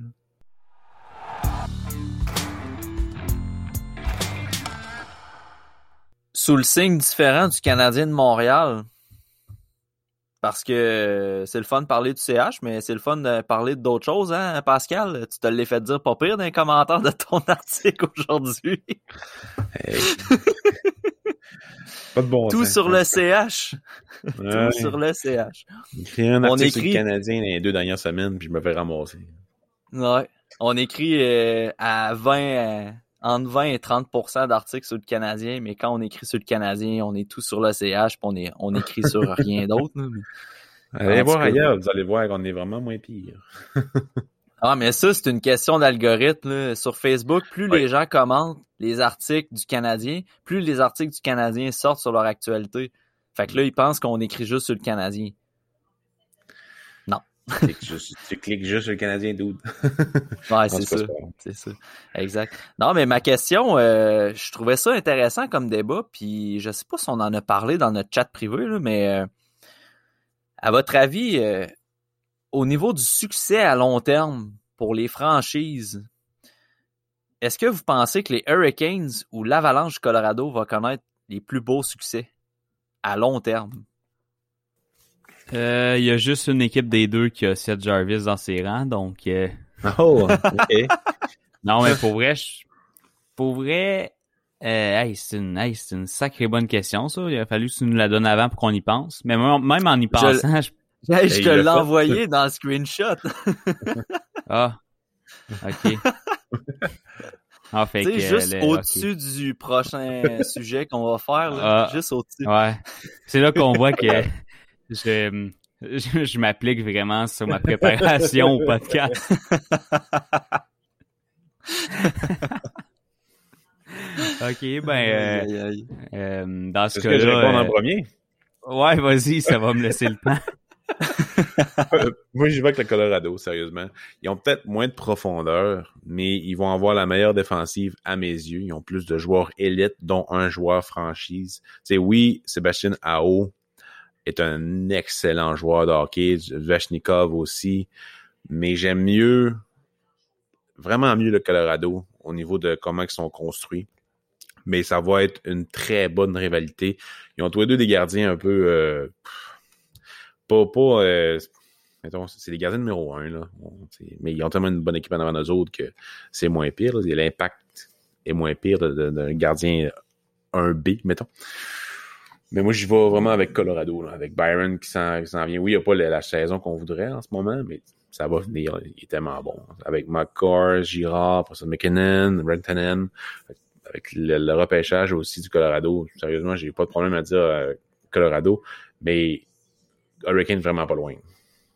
Sous le signe différent du Canadien de Montréal, parce que c'est le fun de parler du C H, mais c'est le fun de parler d'autres choses, hein, Pascal? Tu te l'as fait dire pas pire dans les commentaires de ton article aujourd'hui. Hey. Pas de bon Tout temps, sur le C H. Ouais. Tout sur le C H. J'ai un article sur le Canadien dans les deux dernières semaines, puis je me fais ramasser. Ouais. On écrit euh, à vingt... Euh, entre vingt et trente pour cent d'articles sur le Canadien, mais quand on écrit sur le Canadien, on est tout sur l'O C H, puis on, est, on écrit sur rien d'autre. Là, mais... Allez voir ailleurs, vous allez voir qu'on est vraiment moins pire. Ah, mais ça, c'est une question d'algorithme. Là. Sur Facebook, plus oui. les gens commentent les articles du Canadien, plus les articles du Canadien sortent sur leur actualité. Fait que là, ils pensent qu'on écrit juste sur le Canadien. Non. juste, tu cliques juste sur le Canadien, dude. Ouais, c'est ça. C'est ça. Exact. Non, mais ma question, euh, je trouvais ça intéressant comme débat, puis je sais pas si on en a parlé dans notre chat privé, là, mais euh, à votre avis, euh, au niveau du succès à long terme pour les franchises, est-ce que vous pensez que les Hurricanes ou l'Avalanche Colorado vont connaître les plus beaux succès à long terme? Il euh, y a juste une équipe des deux qui a Seth Jarvis dans ses rangs, donc... Euh... Oh, OK. Non, mais pour vrai, je... pour vrai, euh, hey, c'est une, hey, c'est une sacrée bonne question, ça. Il a fallu que tu nous la donnes avant pour qu'on y pense. Mais même en y pensant, je... je... Hey, je te l'ai envoyé dans le screenshot. Ah, OK. Ah, fait tu sais, que, juste le, au-dessus okay. du prochain sujet qu'on va faire, là, ah, juste au-dessus. Ouais, c'est là qu'on voit que je, je, je m'applique vraiment sur ma préparation au podcast. OK, ben, euh, aïe, aïe. Euh, dans ce Est-ce cas-là... que je réponds euh, en premier? Ouais, vas-y, ça va me laisser le temps. Moi, j'y vais avec le Colorado, sérieusement. Ils ont peut-être moins de profondeur, mais ils vont avoir la meilleure défensive à mes yeux. Ils ont plus de joueurs élites, dont un joueur franchise. Tu sais, oui, Sébastien Aho est un excellent joueur de hockey, Svechnikov aussi, mais j'aime mieux, vraiment mieux le Colorado au niveau de comment ils sont construits. Mais ça va être une très bonne rivalité. Ils ont tous les deux des gardiens un peu... Euh, pas... pas euh, mettons, c'est les gardiens numéro un, là. Mais ils ont tellement une bonne équipe en avant d'eux autres que c'est moins pire. Là. L'impact est moins pire d'un gardien un B, mettons. Mais moi, j'y vais vraiment avec Colorado, là, avec Byron qui s'en, qui s'en vient. Oui, il n'y a pas la, la saison qu'on voudrait en ce moment, mais ça va venir. Il est tellement bon. Avec McCarr, Girard, après ça, McKinnon, Rantanen, avec le, le repêchage aussi du Colorado. Sérieusement, j'ai pas de problème à dire euh, Colorado, mais Hurricane vraiment pas loin.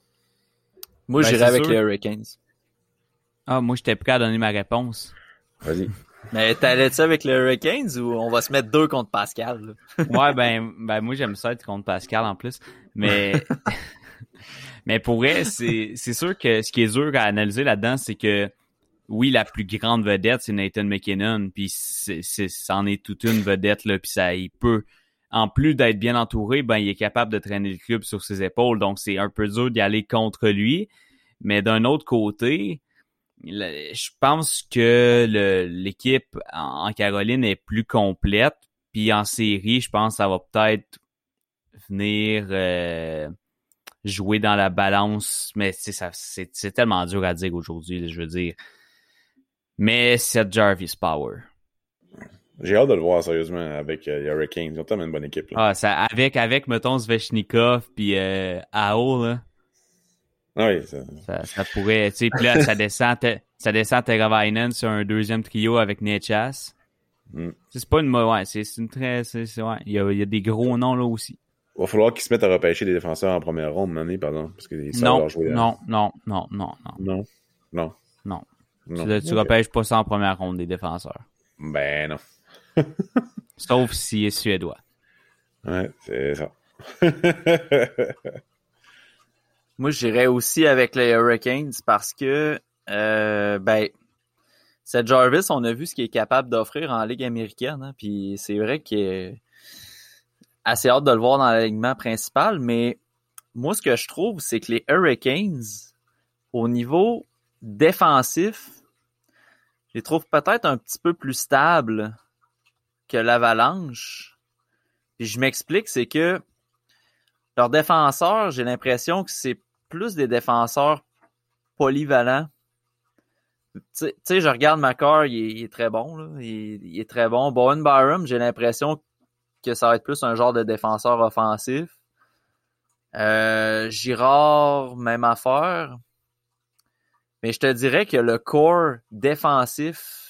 Moi, ben, j'irais avec sûr. Les Hurricanes. Ah, moi, j'étais prêt à donner ma réponse. Vas-y. Mais t'allais-tu avec les Hurricanes ou on va se mettre deux contre Pascal? Là? Ouais, ben, ben moi, j'aime ça être contre Pascal en plus. Mais mais pour vrai, c'est, c'est sûr que ce qui est dur à analyser là-dedans, c'est que oui, la plus grande vedette, c'est Nathan McKinnon. Puis c'est, c'est, c'en est toute une vedette, là. Puis ça, il peut... En plus d'être bien entouré, ben il est capable de traîner le club sur ses épaules. Donc, c'est un peu dur d'y aller contre lui. Mais d'un autre côté... Je pense que le, l'équipe en Caroline est plus complète. Puis en série, je pense que ça va peut-être venir euh, jouer dans la balance. Mais c'est, ça, c'est, c'est tellement dur à dire aujourd'hui, je veux dire. Mais c'est Jarvis Power. J'ai hâte de le voir sérieusement avec euh, les Hurricanes. Ils ont tellement une bonne équipe. Là. Ah, ça, avec, avec, mettons, Svechnikov puis euh, Aho, là. Oui, ça... ça... Ça pourrait, tu sais, puis là, ça descend, ça descend Teravainen sur un deuxième trio avec Necas. Mm. C'est pas une ouais, c'est, c'est une très, c'est, c'est, ouais, il y a, il y a des gros noms là aussi. Il va falloir qu'ils se mettent à repêcher des défenseurs en première ronde, année, pardon, parce que ça non, va leur jouer. Non, non, non, non, non, non, non, non, non. Tu, tu okay. repêches pas ça en première ronde des défenseurs. Ben non. Sauf s'il est suédois. Ouais, c'est ça. Moi, j'irais aussi avec les Hurricanes parce que, euh, ben, Seth Jarvis, on a vu ce qu'il est capable d'offrir en Ligue américaine. Hein, puis c'est vrai qu'il est assez hâte de le voir dans l'alignement principal. Mais moi, ce que je trouve, c'est que les Hurricanes, au niveau défensif, je les trouve peut-être un petit peu plus stables que l'Avalanche. Puis je m'explique, c'est que leurs défenseurs, j'ai l'impression que c'est plus des défenseurs polyvalents. Tu sais, je regarde McCarr, il est, il est très bon. Là. Il, il est très bon. Bowen Byram, j'ai l'impression que ça va être plus un genre de défenseur offensif. Euh, Girard, même affaire. Mais je te dirais que le core défensif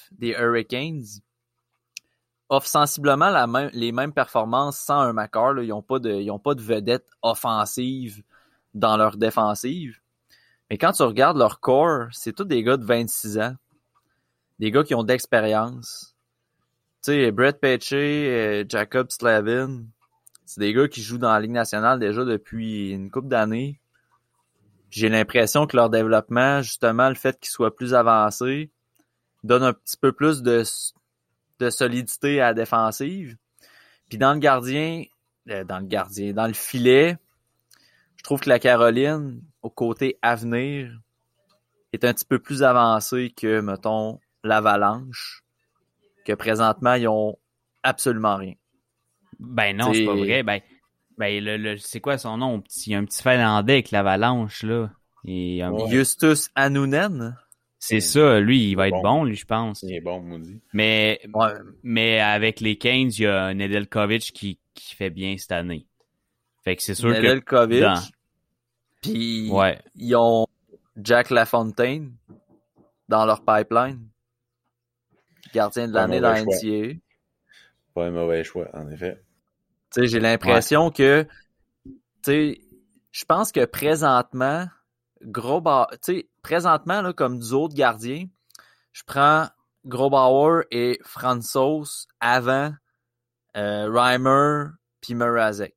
des Hurricanes offrent sensiblement la même, les mêmes performances sans un Makar. Là. Ils n'ont pas de, ils ont pas de vedette offensive dans leur défensive. Mais quand tu regardes leur corps, c'est tous des gars de vingt-six ans. Des gars qui ont d'expérience. Tu sais, Brett Pesce, Jacob Slavin, c'est des gars qui jouent dans la Ligue nationale déjà depuis une couple d'années. J'ai l'impression que leur développement, justement, le fait qu'ils soient plus avancés, donne un petit peu plus de, de solidité à la défensive. Puis dans le gardien, euh, dans le gardien, dans le filet, je trouve que la Caroline, au côté avenir, est un petit peu plus avancée que, mettons, l'Avalanche, que présentement, ils ont absolument rien. Ben non, c'est, c'est pas vrai. Ben, ben le, le, c'est quoi son nom? Il y a un petit Finlandais avec l'Avalanche, là. Et, um, ouais. Justus Annunen. C'est ça, lui, il va être bon, bon lui, je pense. Il est bon, maudit. Mais, ouais. mais avec les Canes, il y a Nedeljkovic qui, qui fait bien cette année. Fait que c'est sûr Nedeljkovic, que... Dans... Puis, ouais. ils ont Jack Lafontaine dans leur pipeline. Gardien de l'année dans la N C A A. Pas un mauvais choix, en effet. Tu sais, j'ai l'impression ouais. que, tu sais, je pense que présentement, Grobauer, tu sais, présentement, là, comme du autre gardien, je prends Grobauer et Francouz avant euh, Reimer puis Mrazek.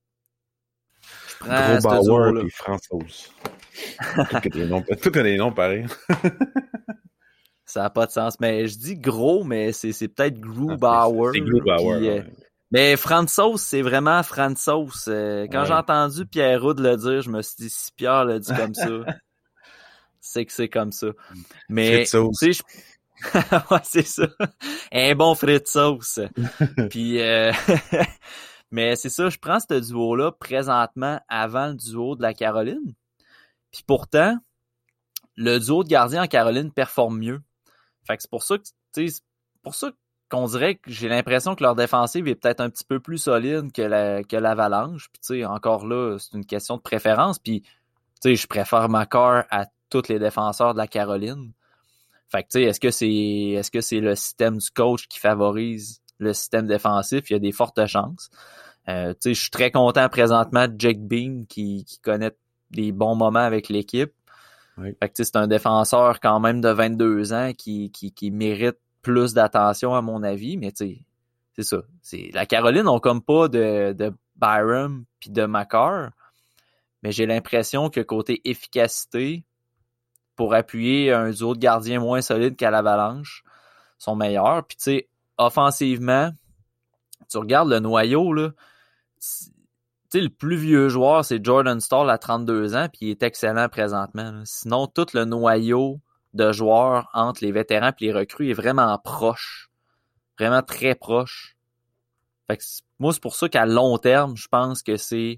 Je prends Grobauer puis Francouz. Tout a des noms pareils. Ça n'a pas de sens. Mais je dis gros, mais c'est, c'est peut-être Grubauer. C'est Grubauer. Puis, euh, ouais. Mais Francouz, c'est vraiment Francouz. Euh, quand ouais. j'ai entendu Pierre Houd le dire, je me suis dit, si Pierre le dit comme ça, c'est que c'est comme ça. Mais, tu sais, je... ouais, c'est ça. Un bon Fritzos. Puis, euh... mais c'est ça, je prends ce duo-là présentement avant le duo de la Caroline. Puis pourtant, le duo de gardien en Caroline performe mieux. Fait que c'est pour ça que, tu sais, pour ça qu'on dirait que j'ai l'impression que leur défensive est peut-être un petit peu plus solide que la, que l'Avalanche. Puis tu sais, encore là, c'est une question de préférence. Puis, tu sais, je préfère Makar à tous les défenseurs de la Caroline. Fait que, tu sais, est-ce que c'est, est-ce que c'est le système du coach qui favorise le système défensif? Il y a des fortes chances. Euh, tu sais, je suis très content présentement de Jake Bean qui, qui connaît des bons moments avec l'équipe. Oui. Fait que, tu sais, c'est un défenseur quand même de vingt-deux ans qui, qui, qui mérite plus d'attention à mon avis, mais tu sais, c'est ça. C'est, la Caroline ont comme pas de, de Byram puis de Makar, mais j'ai l'impression que côté efficacité, pour appuyer un duo de gardiens moins solide qu'à l'Avalanche, sont meilleurs. Puis tu sais, offensivement, tu regardes le noyau, là, tu sais, le plus vieux joueur, c'est Jordan Staal à trente-deux ans, puis il est excellent présentement. Là. Sinon, tout le noyau de joueurs entre les vétérans et les recrues est vraiment proche. Vraiment très proche. Fait que moi, c'est pour ça qu'à long terme, je pense que c'est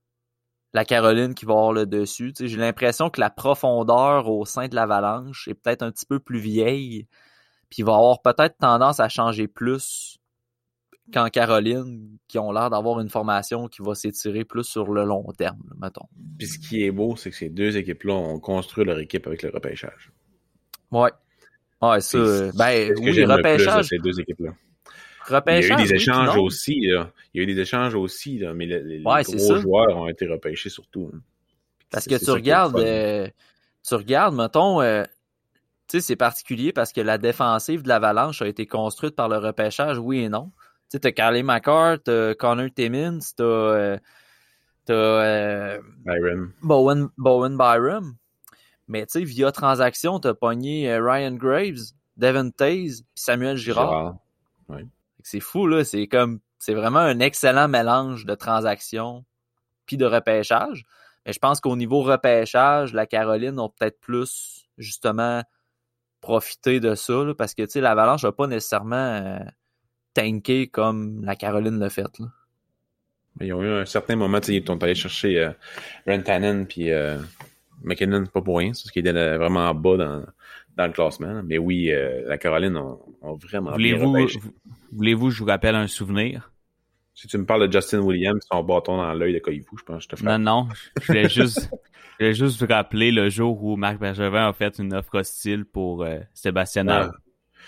la Caroline qui va avoir le dessus. Tu sais, j'ai l'impression que la profondeur au sein de l'Avalanche est peut-être un petit peu plus vieille, puis il va avoir peut-être tendance à changer plus qu'en Caroline, qui ont l'air d'avoir une formation qui va s'étirer plus sur le long terme, mettons. Puis ce qui est beau, c'est que ces deux équipes-là ont construit leur équipe avec le repêchage. Ouais. Ouais, ça. Puis, ben, oui, le repêchage. Ces deux équipes-là. Repêchage, il y a eu des oui, échanges aussi, là. Il y a eu des échanges aussi, là, mais les, les ouais, gros joueurs ont été repêchés surtout. Hein. Parce c'est, que tu regardes, euh, tu regardes, mettons, euh, tu sais, c'est particulier parce que la défensive de l'Avalanche a été construite par le repêchage, oui et non. Tu sais, t'as Carly Makar, t'as Connor Timmins, t'as, euh, t'as euh, Byram. Bowen, Bowen Byram. Mais tu sais, via transaction, t'as pogné euh, Ryan Graves, Devin Taze, puis Samuel Girard. Girard. Ouais. C'est fou, là. C'est comme, c'est vraiment un excellent mélange de transactions puis de repêchage. Mais je pense qu'au niveau repêchage, la Caroline ont peut-être plus, justement, profité de ça, là, parce que, tu sais, l'Avalanche n'a pas nécessairement euh, tanké comme la Caroline l'a fait, là. Mais ils ont eu un certain moment, tu sais, ils sont allés chercher euh, Rantanen puis euh, McKinnon, pas pour rien, c'est ce qui était vraiment bas dans, dans le classement. Mais oui, euh, la Caroline ont, ont vraiment voulez-vous, bien repêché. Voulez-vous que je vous rappelle un souvenir? Si tu me parles de Justin Williams, son bâton dans l'œil de Koivu, je pense que je te ferai. Non, non, je voulais juste, je voulais juste vous rappeler le jour où Marc Bergevin a fait une offre hostile pour euh, Sébastien Aho. Ah.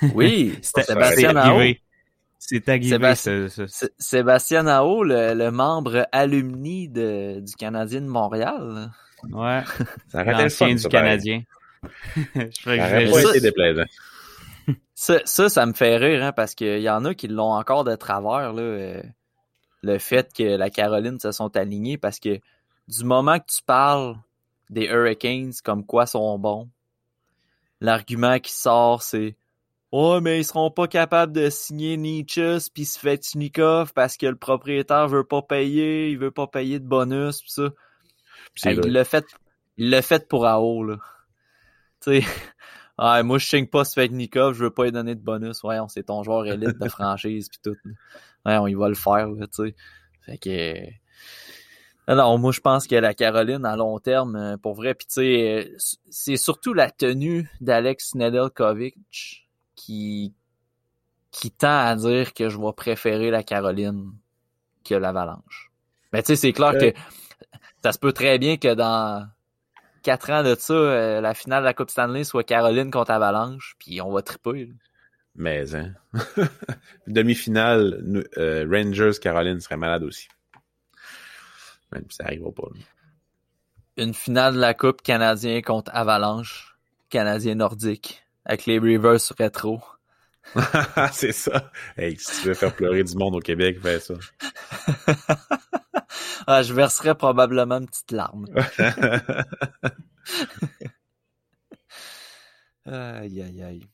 Oui, C'était- Sébastien c'est Aho. arrivé. C'est arrivé, Sébastien, ça, ça. Sé- Sébastien Aho, le, le membre alumni de, du Canadien de Montréal. Ouais. Ça aurait été le fun, L'ancien ça, du pareil. Canadien. Je ferais que Ça je aurait vais pas ça, été déplaisant. Ça, ça, ça me fait rire, hein, parce qu'il y en a qui l'ont encore de travers, là, euh, le fait que la Caroline se sont alignés, parce que du moment que tu parles des Hurricanes comme quoi sont bons, l'argument qui sort, c'est « Oh, mais ils seront pas capables de signer Nietzsche puis Svechnikov parce que le propriétaire veut pas payer, il veut pas payer de bonus, pis ça. » C'est Hey, vrai. il l'a fait, il l'a fait pour A O, là. Tu sais, ah, moi, je signe pas Svechnikov, je veux pas lui donner de bonus. Ouais, on c'est ton joueur élite de franchise pis tout. Là. Ouais, on y va le faire, là, tu sais. Fait que... Alors, moi, je pense que la Caroline, à long terme, euh, pour vrai, pis tu sais, euh, c'est surtout la tenue d'Alex Nedeljkovic qui, qui tend à dire que je vais préférer la Caroline que l'Avalanche. Mais tu sais, c'est clair Euh. que ça se peut très bien que dans quatre ans de ça, euh, la finale de la Coupe Stanley soit Caroline contre Avalanche, puis on va triper. Là. Mais, hein. Demi-finale, nous- euh, Rangers-Caroline serait malade aussi. Même si ça arrivera pas. Là. Une finale de la Coupe Canadien contre Avalanche, Canadien nordique, avec les reverse rétro. C'est ça. Hey, si tu veux faire pleurer du monde au Québec, fais ça. Ah, je verserais probablement une petite larme. Aïe, aïe, aïe.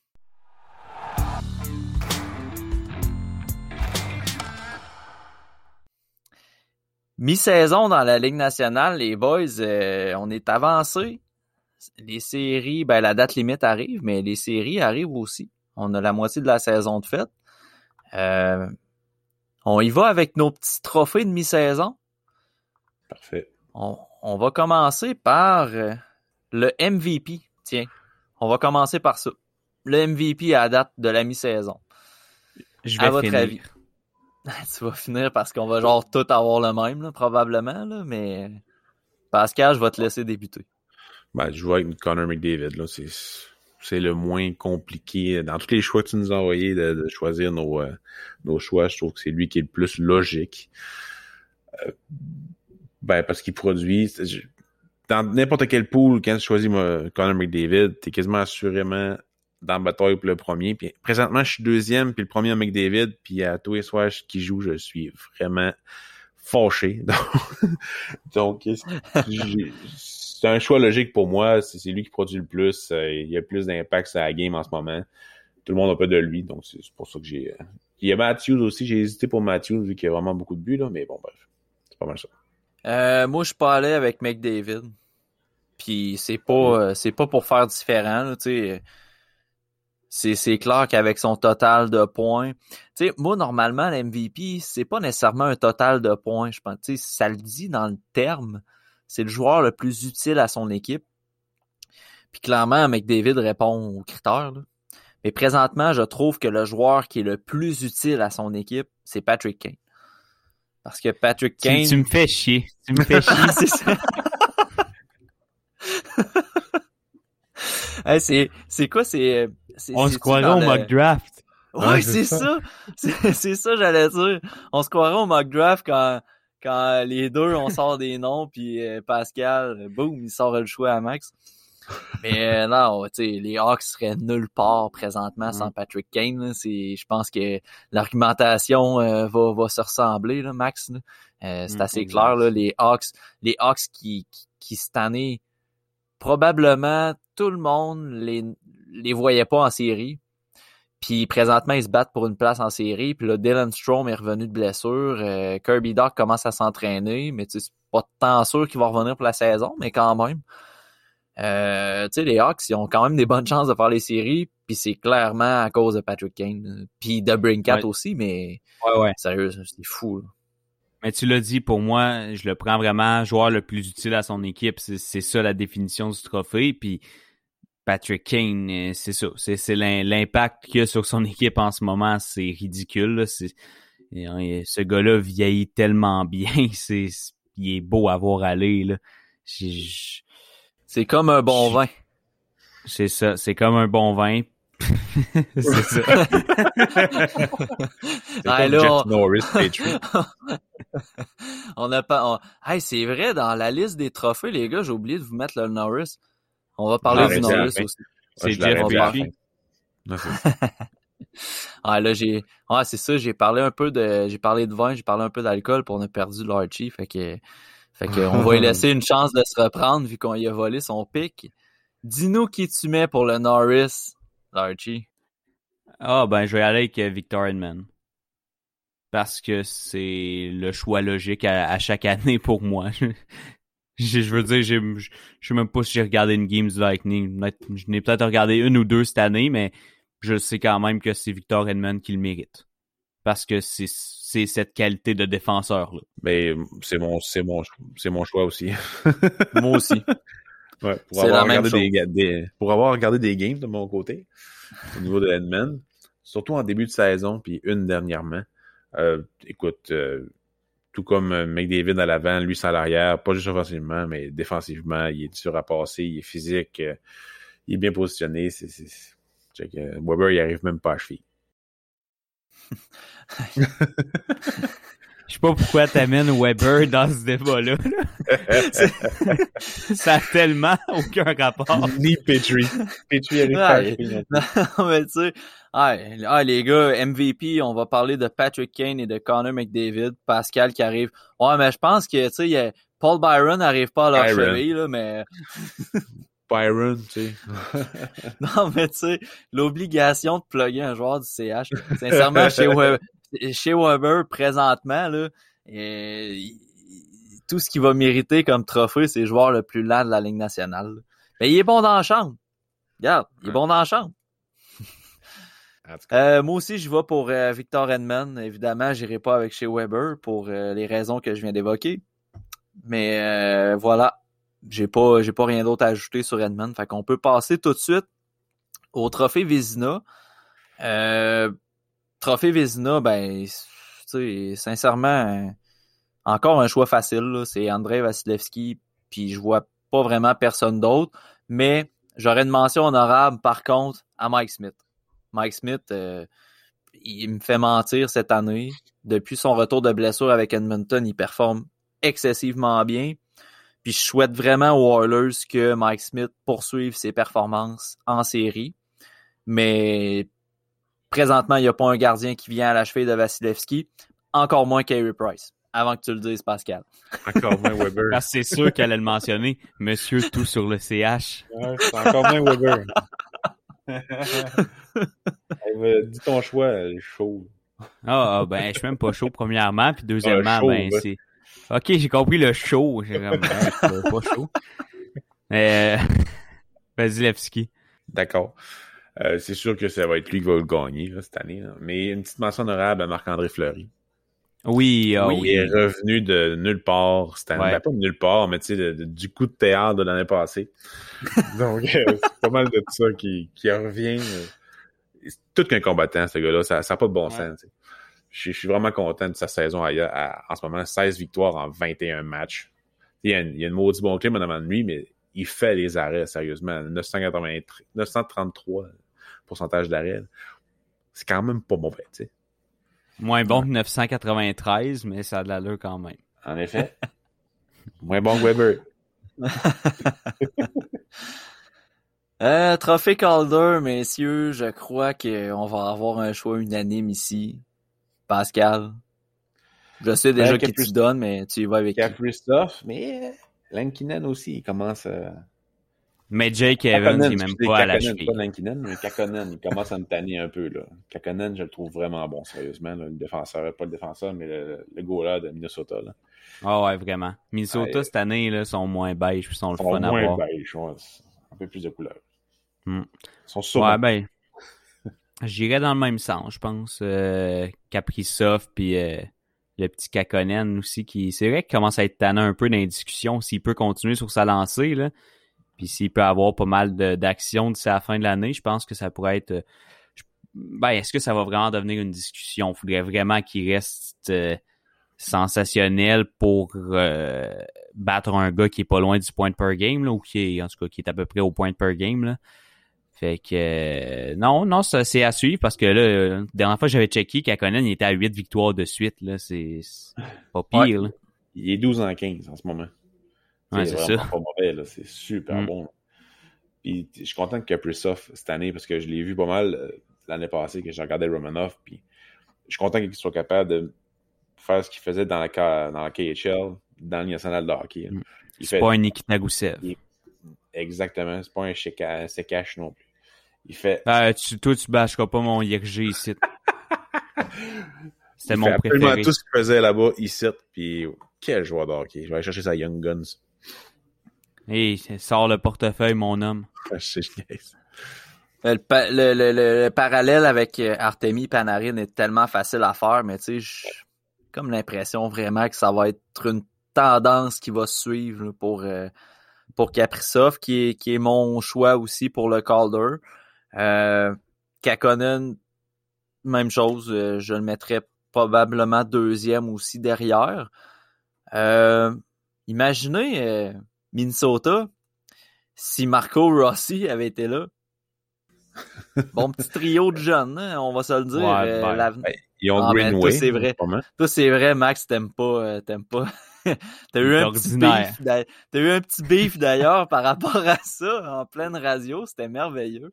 Mi-saison dans la Ligue nationale, les boys, euh, on est avancés. Les séries, ben la date limite arrive, mais les séries arrivent aussi. On a la moitié de la saison de fête. Euh, on y va avec nos petits trophées de mi-saison. Parfait. On, on va commencer par euh, le M V P. Tiens, on va commencer par ça. Le M V P à la date de la mi-saison. Je vais À votre finir. avis. Tu vas finir parce qu'on va genre tout avoir le même, là, probablement, là, mais Pascal, je vais te laisser débuter. Ben, je vois avec Connor McDavid, là, c'est, c'est le moins compliqué. Dans tous les choix que tu nous as envoyés de, de choisir nos, euh, nos choix, je trouve que c'est lui qui est le plus logique. Euh, ben, parce qu'il produit, je, dans n'importe quel pool, quand tu choisis moi, Connor McDavid, t'es quasiment assurément dans la bataille pour le premier. Puis présentement, je suis deuxième, puis le premier à McDavid, puis à tous les soirs qui joue, je suis vraiment fâché. Donc, Donc j'ai, c'est un choix logique pour moi. C'est, c'est lui qui produit le plus. Euh, il y a plus d'impact sur la game en ce moment. Tout le monde n'a pas de lui, donc c'est, c'est pour ça que j'ai... Euh... Il y a Matthews aussi. J'ai hésité pour Matthews, vu qu'il y a vraiment beaucoup de buts, là, mais bon, bref. C'est pas mal ça. Euh, moi, je suis pas allé avec McDavid. Puis c'est pas, euh, c'est pas pour faire différent, là, tu sais... C'est, c'est clair qu'avec son total de points, tu sais, moi, normalement, l'M V P, c'est pas nécessairement un total de points, je pense, tu sais, ça le dit dans le terme, c'est le joueur le plus utile à son équipe. Puis clairement, McDavid répond aux critères, là. Mais présentement, je trouve que le joueur qui est le plus utile à son équipe, c'est Patrick Kane. Parce que Patrick Kane... Tu, tu me fais chier. Tu me fais chier. c'est ça. Hey, c'est, c'est quoi, c'est... c'est On c'est se croirait dans au le... mock draft. Ouais, Ouais, c'est, c'est ça. C'est, c'est ça, j'allais dire. On se croirait au mock draft quand, quand les deux, on sort des noms, puis euh, Pascal, boum, il sort le choix à Max. Mais euh, non, tu sais, les Hawks seraient nulle part présentement sans Patrick Kane. Là. C'est, je pense que l'argumentation euh, va, va se ressembler, là, Max. Là. Euh, c'est Mm, assez exact. clair, là, les Hawks, les Hawks qui, qui, qui cette année, probablement tout le monde les, les voyait pas en série. Puis présentement, ils se battent pour une place en série. Puis là, Dylan Strome est revenu de blessure. Euh, Kirby Dach commence à s'entraîner, mais tu sais, c'est pas tant sûr qu'il va revenir pour la saison, mais quand même. Euh, tu sais, les Hawks, ils ont quand même des bonnes chances de faire les séries, puis c'est clairement à cause de Patrick Kane. Puis de Brinkat Ouais. aussi, mais Ouais, ouais. sérieux, c'est fou, là. Mais tu l'as dit, pour moi, je le prends vraiment joueur le plus utile à son équipe. C'est, c'est ça la définition du trophée. Puis Patrick Kane, euh, c'est ça. C'est, c'est l'im- l'impact qu'il a sur son équipe en ce moment, c'est ridicule. Là. C'est, et, ce gars-là vieillit tellement bien. C'est, il est beau à voir aller. Là. J'ai- j'ai- C'est comme un bon vin. C'est ça. C'est comme un bon vin. C'est ça. C'est Ah, comme là, Jeff on- Norris, Patriot. On n'a pas. on- Hey, c'est vrai, dans la liste des trophées, les gars, j'ai oublié de vous mettre le Norris. On va parler Ah, du arrêtez à la Norris fin. aussi. C'est Ouais, je Jeff l'arrête à la Petrie. fin. Non, c'est ça. Ah, là, j'ai. Ah, c'est ça, j'ai parlé un peu de. J'ai parlé de vin, j'ai parlé un peu d'alcool, puis on a perdu l'Archie. Fait que. Fait que on va lui laisser une chance de se reprendre vu qu'on lui a volé son pic. Dis-nous qui tu mets pour le Norris, l'Archie. Ah, ben, je vais aller avec euh, Victor Edman. Parce que c'est le choix logique à, à chaque année pour moi. je, je veux dire, j'ai, je, je sais même pas si j'ai regardé une game du Lightning. Je n'ai peut-être regardé une ou deux cette année, mais je sais quand même que c'est Victor Edman qui le mérite. Parce que c'est, c'est cette qualité de défenseur-là. Mais c'est mon, c'est mon, c'est mon choix aussi. Moi aussi. Ouais, pour C'est avoir la même regardé des, des, pour avoir regardé des games de mon côté, au niveau de Edman, surtout en début de saison, puis une dernièrement. Euh, écoute, euh, tout comme McDavid à l'avant, lui sans l'arrière, pas juste offensivement, mais défensivement, il est dur à passer, il est physique, euh, il est bien positionné. C'est, c'est, c'est, c'est, Weber, il arrive même pas à cheville. Je sais pas pourquoi t'amènes Weber dans ce débat-là. Là. Ça a tellement aucun rapport. Ni Petrie. Petrie arrive pas à cheville. Non, mais tu sais, ah, ah, les gars, M V P, on va parler de Patrick Kane et de Connor McDavid. Pascal qui arrive. Ouais, mais je pense que, tu sais, il y a Paul Byron n'arrive pas à leur Byron. cheville, là, mais... Byron, tu sais. Non, mais tu sais, l'obligation de plugger un joueur du C H, sincèrement, chez Weber, chez Weber, présentement, là, euh, il- tout ce qu'il va mériter comme trophée, c'est le joueur le plus lent de la Ligue nationale. là. Mais il est bon dans la chambre. Regarde, il est Ouais. bon dans la chambre. En tout cas, Euh, moi aussi, je vais pour euh, Victor Edman. Évidemment, j'irai pas avec chez Weber pour euh, les raisons que je viens d'évoquer. Mais euh, voilà, j'ai pas j'ai pas rien d'autre à ajouter sur Edman. Fait qu'on peut passer tout de suite au trophée Vézina. Euh, trophée Vézina, ben, tu sais, sincèrement, euh, encore un choix facile. Là. C'est Andrei Vasilevski, puis je vois pas vraiment personne d'autre. Mais j'aurais une mention honorable, par contre, à Mike Smith. Mike Smith, euh, il me fait mentir cette année. Depuis son retour de blessure avec Edmonton, il performe excessivement bien. Puis je souhaite vraiment aux Oilers que Mike Smith poursuive ses performances en série. Mais présentement, il n'y a pas un gardien qui vient à la cheville de Vasilevski, encore moins Carey Price. Avant que tu le dises, Pascal. encore moins Weber. Parce que c'est sûr qu'elle allait le mentionner. Monsieur tout sur le C H. Ouais, c'est encore moins Weber. Hey, dis ton choix, chaud. Ah, ah, ben, je suis même pas chaud, premièrement. Puis deuxièmement, Ah, chaud, ben, ouais. c'est... OK, j'ai compris le chaud. J'ai comme, ben, c'est pas chaud. Euh... Vasilevski. D'accord. Euh, c'est sûr que ça va être lui qui va le gagner là, cette année. Là. Mais une petite mention honorable à Marc-André Fleury. Oui, ah Oui, oui. il est revenu de nulle part cette année. Ouais. Ben, pas de nulle part, mais tu sais, de- de- du coup de théâtre de l'année passée. Donc, euh, c'est pas mal de ça qui, qui revient. euh. C'est tout qu'un combattant, ce gars-là. Ça n'a pas de bon Ouais. sens. tu sais. Je suis- je suis vraiment content de sa saison ailleurs. À- en ce moment, seize victoires en vingt et un matchs. Il y a une, il y a une maudite bon clé, madame de lui, mais il fait les arrêts, sérieusement. neuf cent quatre-vingt-trois, neuf cent trente-trois pourcentage d'arrêt. C'est quand même pas mauvais, tu sais. Moins bon que neuf cent quatre-vingt-treize, mais ça a de l'allure quand même. En effet. Moins bon que Weber. Euh, trophée Calder, messieurs, je crois qu'on va avoir un choix unanime ici. Pascal. Je sais déjà Ben, qui Capri- tu donnes, mais tu y vas avec qui? Kaprizov, mais Lankinen aussi, il commence à... Mais Jake Evans, il est même excusez, pas à la Kakkonen, cheville. pas Lankinen, mais Kakkonen, il commence à me tanner un peu, là. Kakkonen, je le trouve vraiment bon, sérieusement, là, le défenseur, pas le défenseur, mais le, le goaler de Minnesota, là. Ah ouais, vraiment. Minnesota, Ouais. cette année, là, sont moins beige puis sont le Ils sont fun à moins voir. beige, ouais, c'est un peu plus de couleur. Hmm. Ils sont sûrement... Ouais, ben, j'irais dans le même sens, je pense. Euh, Kaprizov puis euh, le petit Kakkonen aussi, qui c'est vrai qu'il commence à être tannant un peu dans les discussions, s'il peut continuer sur sa lancée, là, puis s'il peut avoir pas mal de, d'action d'ici à la fin de l'année, je pense que ça pourrait être... euh, je- ben, est-ce que ça va vraiment devenir une discussion? Il faudrait vraiment qu'il reste euh, sensationnel pour euh, battre un gars qui est pas loin du point per game, là, ou qui est, en tout cas, qui est à peu près au point per game, là. Fait que euh, non, non, ça c'est à suivre parce que là, euh, la dernière fois que j'avais checké, Kakkonen il était à huit victoires de suite. Là, c'est, c'est pas pire. Ouais. Là. Il est douze en quinze en ce moment. Ouais, c'est, c'est vraiment ça. pas mauvais, là. C'est super Mm. bon. Là. Puis je suis content que Kaprizov cette année parce que je l'ai vu pas mal euh, l'année passée que j'ai regardé Romanov. Puis je suis content qu'il soit capable de faire ce qu'il faisait dans la, K- dans la K H L, dans la Ligue nationale de hockey. Mm. Il C'est fait... pas un Nikita Gusev. Il... Exactement. C'est pas un Sekash non plus. Il fait... Ah, tu, toi, tu bâcheras pas mon I R G ici. C'était il mon fait absolument préféré. tout ce qu'il faisait là-bas, ici. Puis quel joueur de hockey. Je vais aller chercher sa Young Guns. Hey, sors le portefeuille, mon homme. Je sais, Le, pa- le, le, le, le parallèle avec Artemi Panarin est tellement facile à faire, mais tu sais, j'ai comme l'impression vraiment que ça va être une tendance qui va suivre là, pour, euh, pour Kaprizov, qui est, qui est mon choix aussi pour le Calder. Euh, Kakkonen, même chose, euh, je le mettrais probablement deuxième aussi derrière. Euh, imaginez euh, Minnesota si Marco Rossi avait été là. Bon petit trio de jeunes, hein, on va se le dire. Ouais, euh, ben, la... ben, ils ont ah, ben, Greenway. toi, c'est vrai. Toi, c'est vrai, Max, t'aimes pas. Euh, t'aimes pas. T'as eu un petit beef. T'as eu un petit beef d'ailleurs par rapport à ça en pleine radio. C'était merveilleux.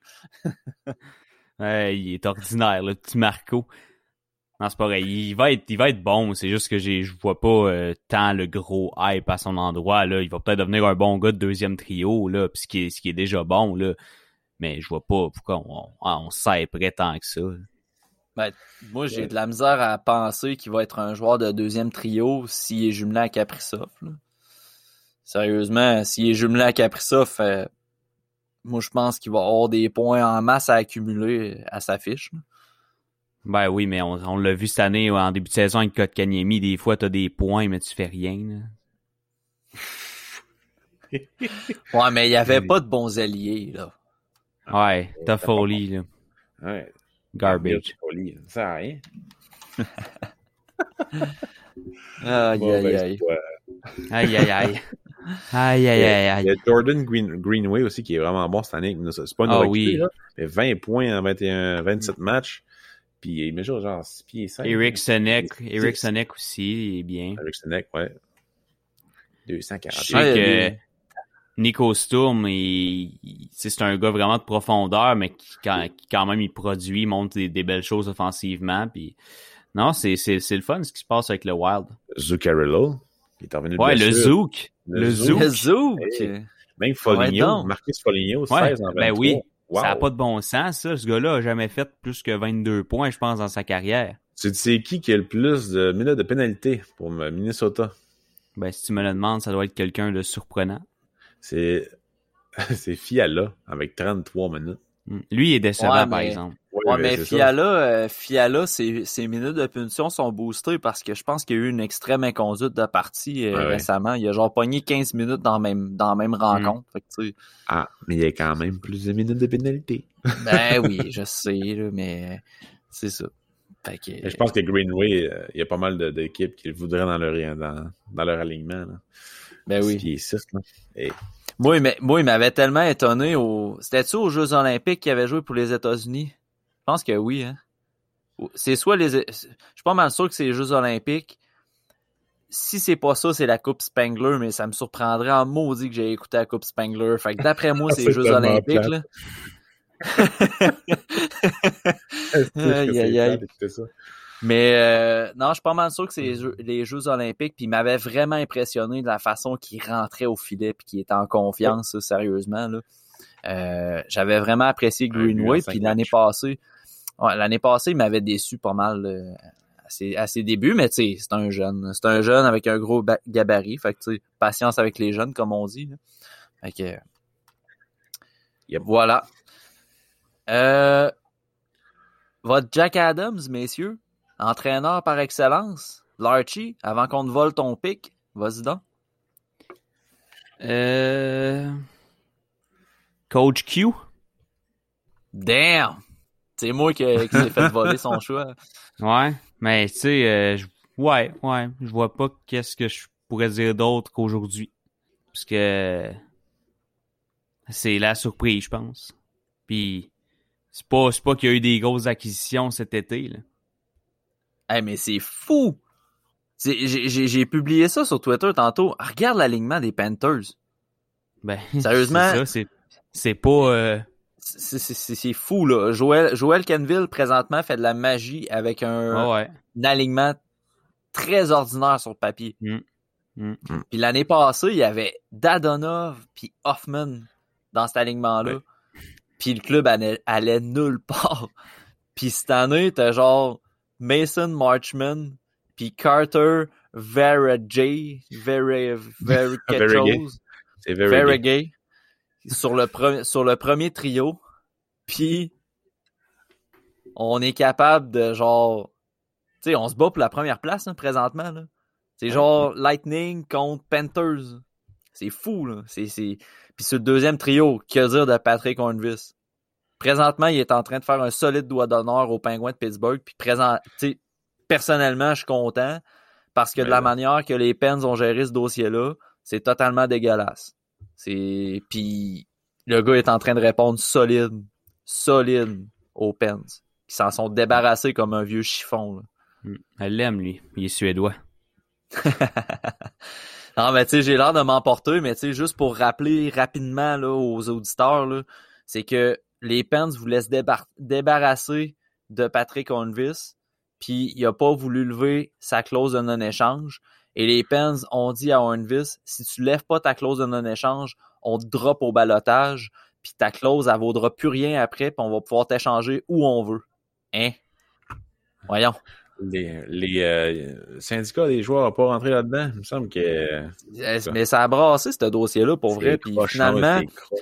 Ouais, il est ordinaire, le petit Marco. Non, c'est pas vrai. Il va être, il va être bon. C'est juste que j'ai, je vois pas euh, tant le gros hype à son endroit. Là. Il va peut-être devenir un bon gars de deuxième trio, là, pis ce qui est, ce qui est déjà bon, là. Mais je vois pas pourquoi on, on, on s'hyperait tant que ça. Ben, moi, j'ai de la misère à penser qu'il va être un joueur de deuxième trio s'il est jumelé à Kaprizov. Là. Sérieusement, s'il est jumelé à Kaprizov, euh, moi, je pense qu'il va avoir des points en masse à accumuler à sa fiche. Là. Ben oui, mais on, on l'a vu cette année en début de saison avec Kotkaniemi. Des fois, t'as des points, mais tu fais rien. Là. Ouais, mais il y avait pas de bons alliés, là. Ouais, t'as Foley, là. Ouais. Garbage. Foley, ça sert à rien. Aïe, Bon, aïe, ben, aïe. Aïe, aïe, aïe. Aïe, aïe, aïe, aïe. Il y a Jordan Green, Greenway aussi qui est vraiment bon cette année. C'est pas une Ah recrue, oui. là, mais vingt points en vingt et un, vingt-sept matchs. Puis il mesure genre six pieds cinq. Eric Senek, Eric Senek aussi, il est bien. Eric Senek, ouais. deux cent quarante. Je sais que Nico Sturm, il, il, c'est un gars vraiment de profondeur, mais qui quand, qui quand même il produit, il montre des, des belles choses offensivement. Puis non, c'est, c'est, c'est le fun ce qui se passe avec le Wild. Zuccarello, qui est revenu de ouais, blessure. le Zouk. Le, le Zouk. Le Zouk. Hey. Même Foligno, ouais, Marcus Foligno, ouais, seize en vingt-trois. Ben oui. Wow. Ça n'a pas de bon sens, ça. Ce gars-là a jamais fait plus que vingt-deux points, je pense, dans sa carrière. Tu sais qui qui a le plus de minutes de pénalité pour Minnesota? Ben, si tu me le demandes, ça doit être quelqu'un de surprenant. C'est, c'est Fiala, avec trente-trois minutes. Lui, il est décevant, ouais, mais... par exemple. Ouais, ouais mais Fiala, euh, Fiala ses, ses minutes de punition sont boostées parce que je pense qu'il y a eu une extrême inconduite de partie euh, ouais, récemment. Ouais. Il a genre pogné quinze minutes dans la même, dans la même rencontre. Mm. Fait que, tu sais... Ah, mais il y a quand même plus de minutes de pénalité. Ben oui, je sais, là, mais c'est ça. Fait que... Je pense que Greenway, euh, il y a pas mal de, d'équipes qui le voudraient dans leur, dans, dans leur alignement. Là. Ben oui. Qui est six, là. Et... Moi, il, moi, il m'avait tellement étonné. Au... C'était-tu aux Jeux Olympiques qu'il avait joué pour les États-Unis? Je pense que oui, hein. C'est soit les... Je suis pas mal sûr que c'est les Jeux Olympiques. Si c'est pas ça, c'est la Coupe Spengler, mais ça me surprendrait en maudit que j'ai écouté la Coupe Spengler. Fait que d'après moi, c'est, c'est les Jeux Olympiques, plate. Là. aïe, aïe, aïe. Mais euh, non, je suis pas mal sûr que c'est les Jeux, les Jeux Olympiques, puis il m'avait vraiment impressionné de la façon qu'il rentrait au filet puis qu'il était en confiance, ouais. Sérieusement. Là. Euh, j'avais vraiment apprécié Greenway, puis l'année passée, ouais, l'année passée, il m'avait déçu pas mal euh, à, ses, à ses débuts, mais tu sais, c'est un jeune. C'est un jeune avec un gros ba- gabarit, fait que tu sais, patience avec les jeunes, comme on dit. Là. Fait que yep. Voilà. Euh, votre Jack Adams, messieurs, entraîneur par excellence, Larchie, avant qu'on te vole ton pic, vas-y donc. Euh... Coach Q. Damn! C'est moi qui, qui s'est fait voler son choix. Ouais, mais tu sais, euh, ouais, ouais, je vois pas qu'est-ce que je pourrais dire d'autre qu'aujourd'hui. Parce que c'est la surprise, je pense. Puis c'est pas, c'est pas qu'il y a eu des grosses acquisitions cet été, là. Hey, mais c'est fou! C'est, j'ai, j'ai, j'ai publié ça sur Twitter tantôt. Regarde l'alignement des Panthers. Ben, Sérieusement? C'est ça, c'est, c'est pas... Euh... C'est, c'est, c'est, c'est fou, là. Joel, Joel Kenville, présentement, fait de la magie avec un, Ah ouais. un alignement très ordinaire sur le papier. Mm. Mm. Puis l'année passée, il y avait Dadonov puis Hoffman dans cet alignement-là. Ouais. Puis le club allait, allait nulle part. Puis cette année, t'as genre Mason Marchman puis Carter Verhage, Very, Very quelque Very chose. C'est very, Very gay. gay. Sur le, pre- sur le premier trio. Puis on est capable de genre... Tu sais, on se bat pour la première place, hein, présentement, là. C'est genre Lightning contre Panthers. C'est fou, là. C'est, c'est... Puis sur le deuxième trio, que dire de Patrick Hornvis? Présentement, il est en train de faire un solide doigt d'honneur aux Penguins de Pittsburgh. Puis présent... tu sais, personnellement, je suis content parce que de la manière que les Pens ont géré ce dossier-là, c'est totalement dégueulasse. C'est... Puis le gars est en train de répondre solide, solide aux Pens. Ils s'en sont débarrassés comme un vieux chiffon, là. Elle l'aime, lui. Il est suédois. Non, mais tu sais, j'ai l'air de m'emporter, mais tu sais, juste pour rappeler rapidement là, aux auditeurs, là, c'est que les Pens vous laissent débar- débarrasser de Patrick Hornvis, puis il a pas voulu lever sa clause de non-échange, et les Pens ont dit à Hornvis, si tu lèves pas ta clause de non-échange, on te drop au balotage, puis ta clause, elle vaudra plus rien après, puis on va pouvoir t'échanger où on veut. Hein? Voyons. Les, les euh, syndicats des joueurs n'ont pas rentré là-dedans. Il me semble que... Euh, mais ça a brassé, ce dossier-là, pour vrai. Puis finalement,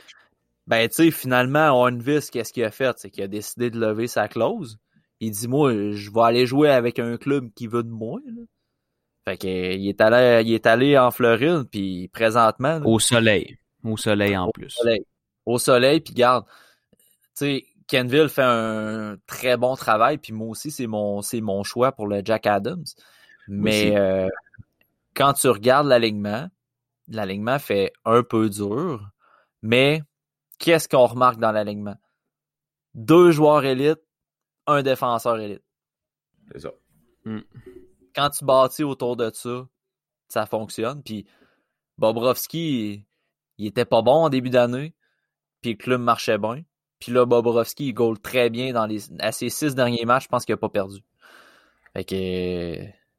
ben tu sais, finalement, Hornvis, qu'est-ce qu'il a fait? C'est qu'il a décidé de lever sa clause. Il dit, moi, je vais aller jouer avec un club qui veut de moi. Là. Fait que il est allé, il est allé en Floride, puis présentement... Là, au soleil. Au soleil en au plus. Soleil. Au soleil, puis garde, tu sais... Kenville fait un très bon travail, puis moi aussi, c'est mon c'est mon choix pour le Jack Adams. Mais euh, quand tu regardes l'alignement, l'alignement fait un peu dur, mais qu'est-ce qu'on remarque dans l'alignement? Deux joueurs élites, un défenseur élite. C'est ça. Mm. Quand tu bâtis autour de ça, ça fonctionne. Puis Bobrovski, il était pas bon en début d'année, puis le club marchait bien. Puis là, Bobrovski, il goal très bien dans les à ses six derniers matchs, je pense qu'il n'a pas perdu. Fait que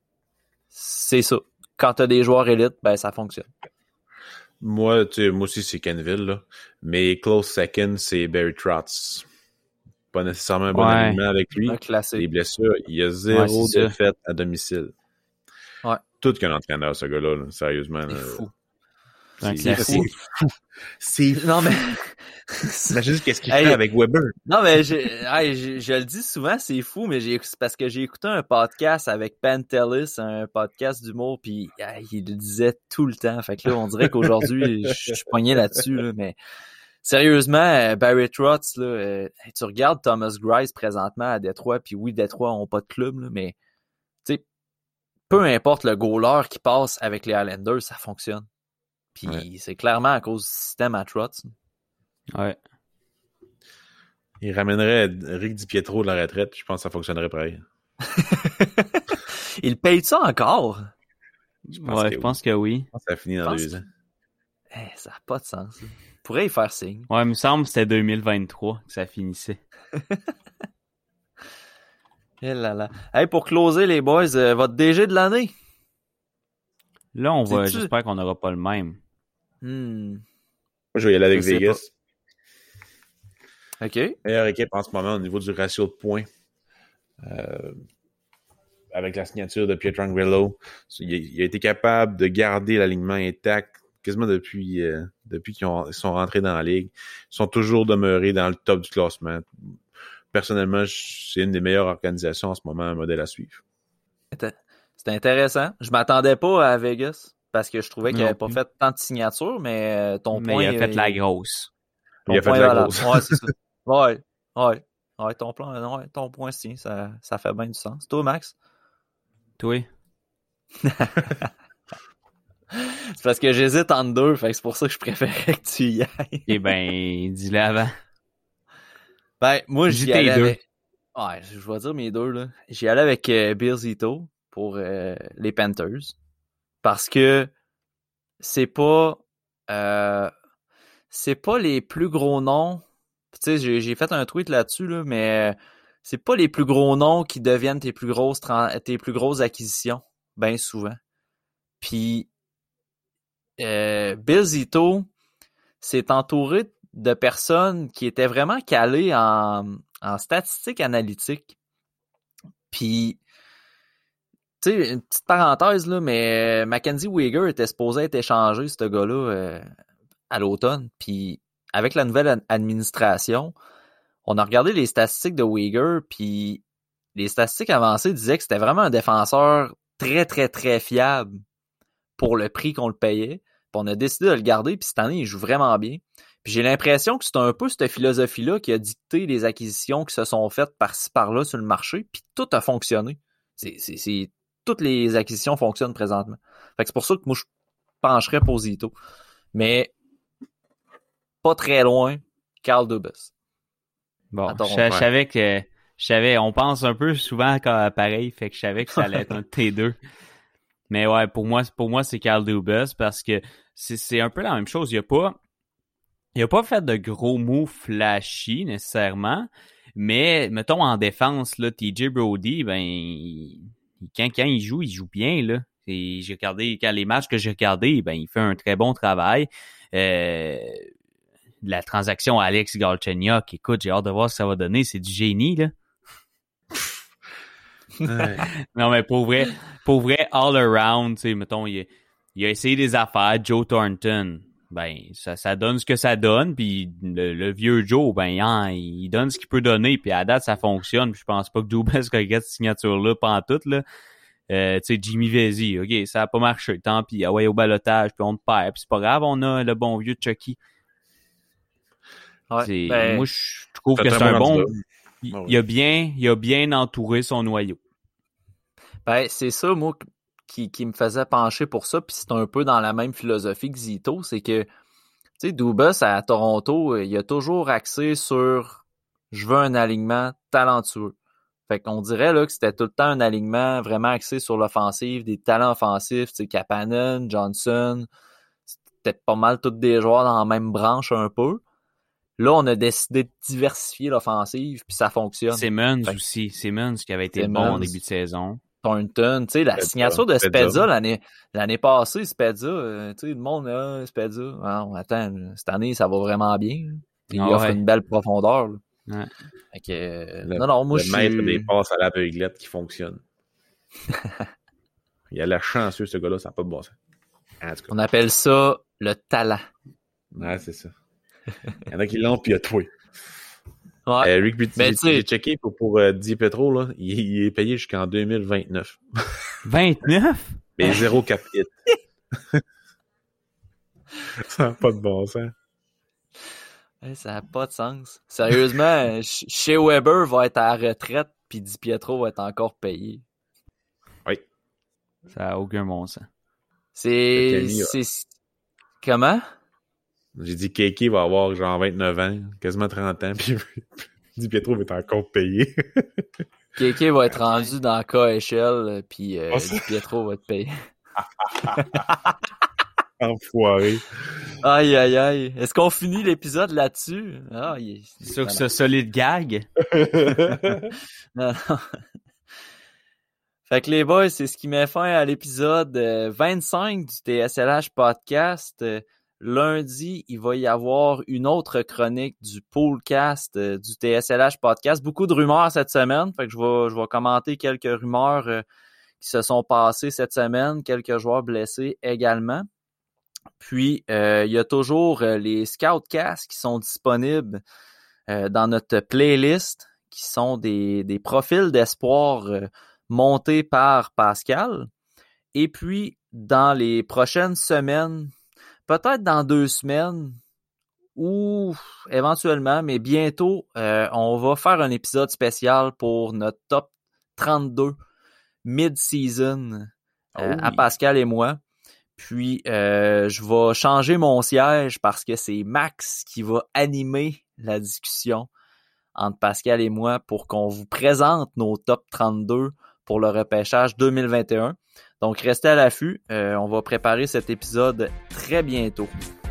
c'est ça. Quand t'as des joueurs élites, ben ça fonctionne. Moi, tu sais, moi aussi, c'est Kenville, là. Mais close second, c'est Barry Trotz. Pas nécessairement un bon ouais. alignement avec lui. Les blessures, il y a zéro ouais, défaite à domicile. Ouais. Tout qu'un entraîneur, ce gars-là, là, sérieusement. C'est là, fou. C'est, c'est fou. C'est fou. Non, mais... Imagine qu'est-ce qu'il hey, fait avec Weber. Non, mais je, hey, je, je le dis souvent, c'est fou, mais j'ai, c'est parce que j'ai écouté un podcast avec Pantelis, un podcast d'humour, puis hey, il le disait tout le temps. Fait que là, on dirait qu'aujourd'hui, je suis pogné là-dessus, là, mais sérieusement, Barry Trotz, là, euh, tu regardes Thomas Greiss présentement à Détroit, puis oui, Détroit n'ont pas de club, là, mais tu sais, peu importe le goaler qui passe avec les Islanders, ça fonctionne. Puis ouais. C'est clairement à cause du système à Trotz. Ouais. Il ramènerait Rick DiPietro de la retraite, je pense que ça fonctionnerait pareil. Il paye ça encore? Je pense, ouais, que, je oui. pense que oui. Je pense que ça finit dans deux ans. Que... Eh, ça n'a pas de sens. Il pourrait y faire signe. Ouais, il me semble que c'était deux mille vingt-trois que ça finissait. Eh là là. Hey, pour closer les boys, euh, votre D G de l'année? Là, on va. J'espère qu'on n'aura pas le même. Hmm. Moi, je vais y aller avec je Vegas. OK. Meilleure équipe en ce moment au niveau du ratio de points. Euh, avec la signature de Pietrangelo, il, il a été capable de garder l'alignement intact quasiment depuis, euh, depuis qu'ils ont, ils sont rentrés dans la ligue. Ils sont toujours demeurés dans le top du classement. Personnellement, c'est une des meilleures organisations en ce moment, un modèle à suivre. C'est intéressant. Je m'attendais pas à Vegas parce que je trouvais qu'il n'avait pas fait tant de signatures, mais ton mais point... il a fait il... la grosse. Ton il a fait la grosse. Ouais, c'est ça. Ouais, ouais. Ouais, ton plan, ouais, ton point, si, ça, ça fait bien du sens. Toi, Max? Toi? C'est parce que j'hésite entre deux, fait que c'est pour ça que je préférais que tu y ailles. Eh ben, dis-le avant. Ben, moi, Dis j'y tes allais deux. avec... Ouais, je vais dire mes deux, là. J'y allais avec euh, Bill Zito pour euh, les Panthers. Parce que c'est pas... Euh, c'est pas les plus gros noms. Tu sais, j'ai, j'ai fait un tweet là-dessus, là, mais c'est pas les plus gros noms qui deviennent tes plus grosses, tra- tes plus grosses acquisitions, bien souvent. Puis, euh, Bill Zito s'est entouré de personnes qui étaient vraiment calées en, en statistiques analytiques. Puis, tu sais, une petite parenthèse, là, mais Mackenzie Weegar était supposé être échangé, ce gars-là, euh, à l'automne. Puis, avec la nouvelle ad- administration, on a regardé les statistiques de Weegar, puis les statistiques avancées disaient que c'était vraiment un défenseur très, très, très fiable pour le prix qu'on le payait. Puis on a décidé de le garder, puis cette année, il joue vraiment bien. Puis j'ai l'impression que c'est un peu cette philosophie-là qui a dicté les acquisitions qui se sont faites par-ci, par-là sur le marché, puis tout a fonctionné. C'est, c'est, c'est, toutes les acquisitions fonctionnent présentement. Fait que c'est pour ça que moi, je pencherais pour Zito. Mais pas très loin, Carl Dubas. Bon, Attends, je, je savais que je savais, on pense un peu souvent quand pareil, fait que je savais que ça allait être un de tes deux. Mais ouais, pour moi, pour moi, c'est Carl Dubas parce que c'est, c'est un peu la même chose. Il a pas, il a pas fait de gros moves flashy nécessairement, mais mettons en défense là, T J Brody, ben il, quand quand il joue, il joue bien là. Et j'ai regardé quand les matchs que j'ai regardés, ben il fait un très bon travail. Euh, la transaction à Alex Galchenyuk, écoute, j'ai hâte de voir ce que ça va donner. C'est du génie, là. Ouais. Non, mais pour vrai, pour vrai, all around, tu sais, mettons, il a, il a essayé des affaires. Joe Thornton, ben, ça, ça donne ce que ça donne. Puis le, le vieux Joe, ben, hein, il donne ce qu'il peut donner. Puis à date, ça fonctionne. Puis je pense pas que Dubas regrette cette signature-là, pantoute, là. Euh, tu sais, Jimmy Vesey, OK, ça a pas marché. Tant pis, ah ouais, au balotage, puis on te perd. Puis c'est pas grave, on a le bon vieux Chucky. Ouais, c'est, ben, moi, je trouve que c'est un bon... Il, oh, oui. il, a bien, il a bien entouré son noyau. Ben, c'est ça, moi, qui, qui me faisait pencher pour ça. Puis c'est un peu dans la même philosophie que Zito. C'est que, tu sais, Dubas, à Toronto, il a toujours axé sur « je veux un alignement talentueux ». Fait qu'on dirait là que c'était tout le temps un alignement vraiment axé sur l'offensive, des talents offensifs, tu sais, Kapanen, Johnson, c'était pas mal tous des joueurs dans la même branche un peu. Là, on a décidé de diversifier l'offensive, puis ça fonctionne. Simmons fait aussi. Simmons qui avait été Simmons, bon en début de saison. Thornton, tu sais, la Spezza, signature de Spezza, Spezza. l'année, l'année passée, Spezza, euh, tu sais, le monde, là, Spezza, ah, attends, cette année, ça va vraiment bien. Il Ah offre ouais. une belle profondeur. Là. Ouais. Fait que, euh, Le, non, non, moi, le je maître suis... des passes à l'aveuglette qui fonctionne. Il a l'air chanceux, ce gars-là, ça n'a pas de bon sens. En tout cas. On appelle ça le talent. Ouais, c'est ça. Il y en a qui l'ont, puis il y a toi. Ouais. Euh, Rick Pitty, Ben, j'ai, tu sais- j'ai checké pour, pour euh, Di Petro, là, il, il est payé jusqu'en deux mille vingt-neuf. vingt-neuf? Mais zéro cap hit. Ça n'a pas de bon sens. Ouais, ça n'a pas de sens. Sérieusement, ch- chez Weber va être à la retraite, puis Di Pietro va être encore payé. Oui. Ça n'a aucun bon sens. C'est... Camille, ouais. c'est... Comment? J'ai dit Keke va avoir genre vingt-neuf ans, quasiment trente ans, puis Di Pietro va être encore payé. Kéké va être rendu dans K H L, puis euh, Oh, ça- Di Pietro va être payé. Enfoiré. Aïe, aïe, aïe. Est-ce qu'on finit l'épisode là-dessus? Ah, il est... Sur ce solide gag. Non, non. Fait que les boys, c'est ce qui met fin à l'épisode euh, vingt-cinq du T S L H Podcast. Euh, lundi, il va y avoir une autre chronique du Poolcast euh, du T S L H Podcast. Beaucoup de rumeurs cette semaine. Fait que je vais, je vais commenter quelques rumeurs euh, qui se sont passées cette semaine. Quelques joueurs blessés également. Puis, euh, il y a toujours euh, les Scoutcasts qui sont disponibles euh, dans notre playlist, qui sont des, des profils d'espoir euh, montés par Pascal. Et puis, dans les prochaines semaines, peut-être dans deux semaines, ou éventuellement, mais bientôt, euh, on va faire un épisode spécial pour notre top trente-deux mid-season euh, Oh oui. à Pascal et moi. Puis, euh, je vais changer mon siège parce que c'est Max qui va animer la discussion entre Pascal et moi pour qu'on vous présente nos top trente-deux pour le repêchage deux mille vingt et un. Donc, restez à l'affût. Euh, on va préparer cet épisode très bientôt.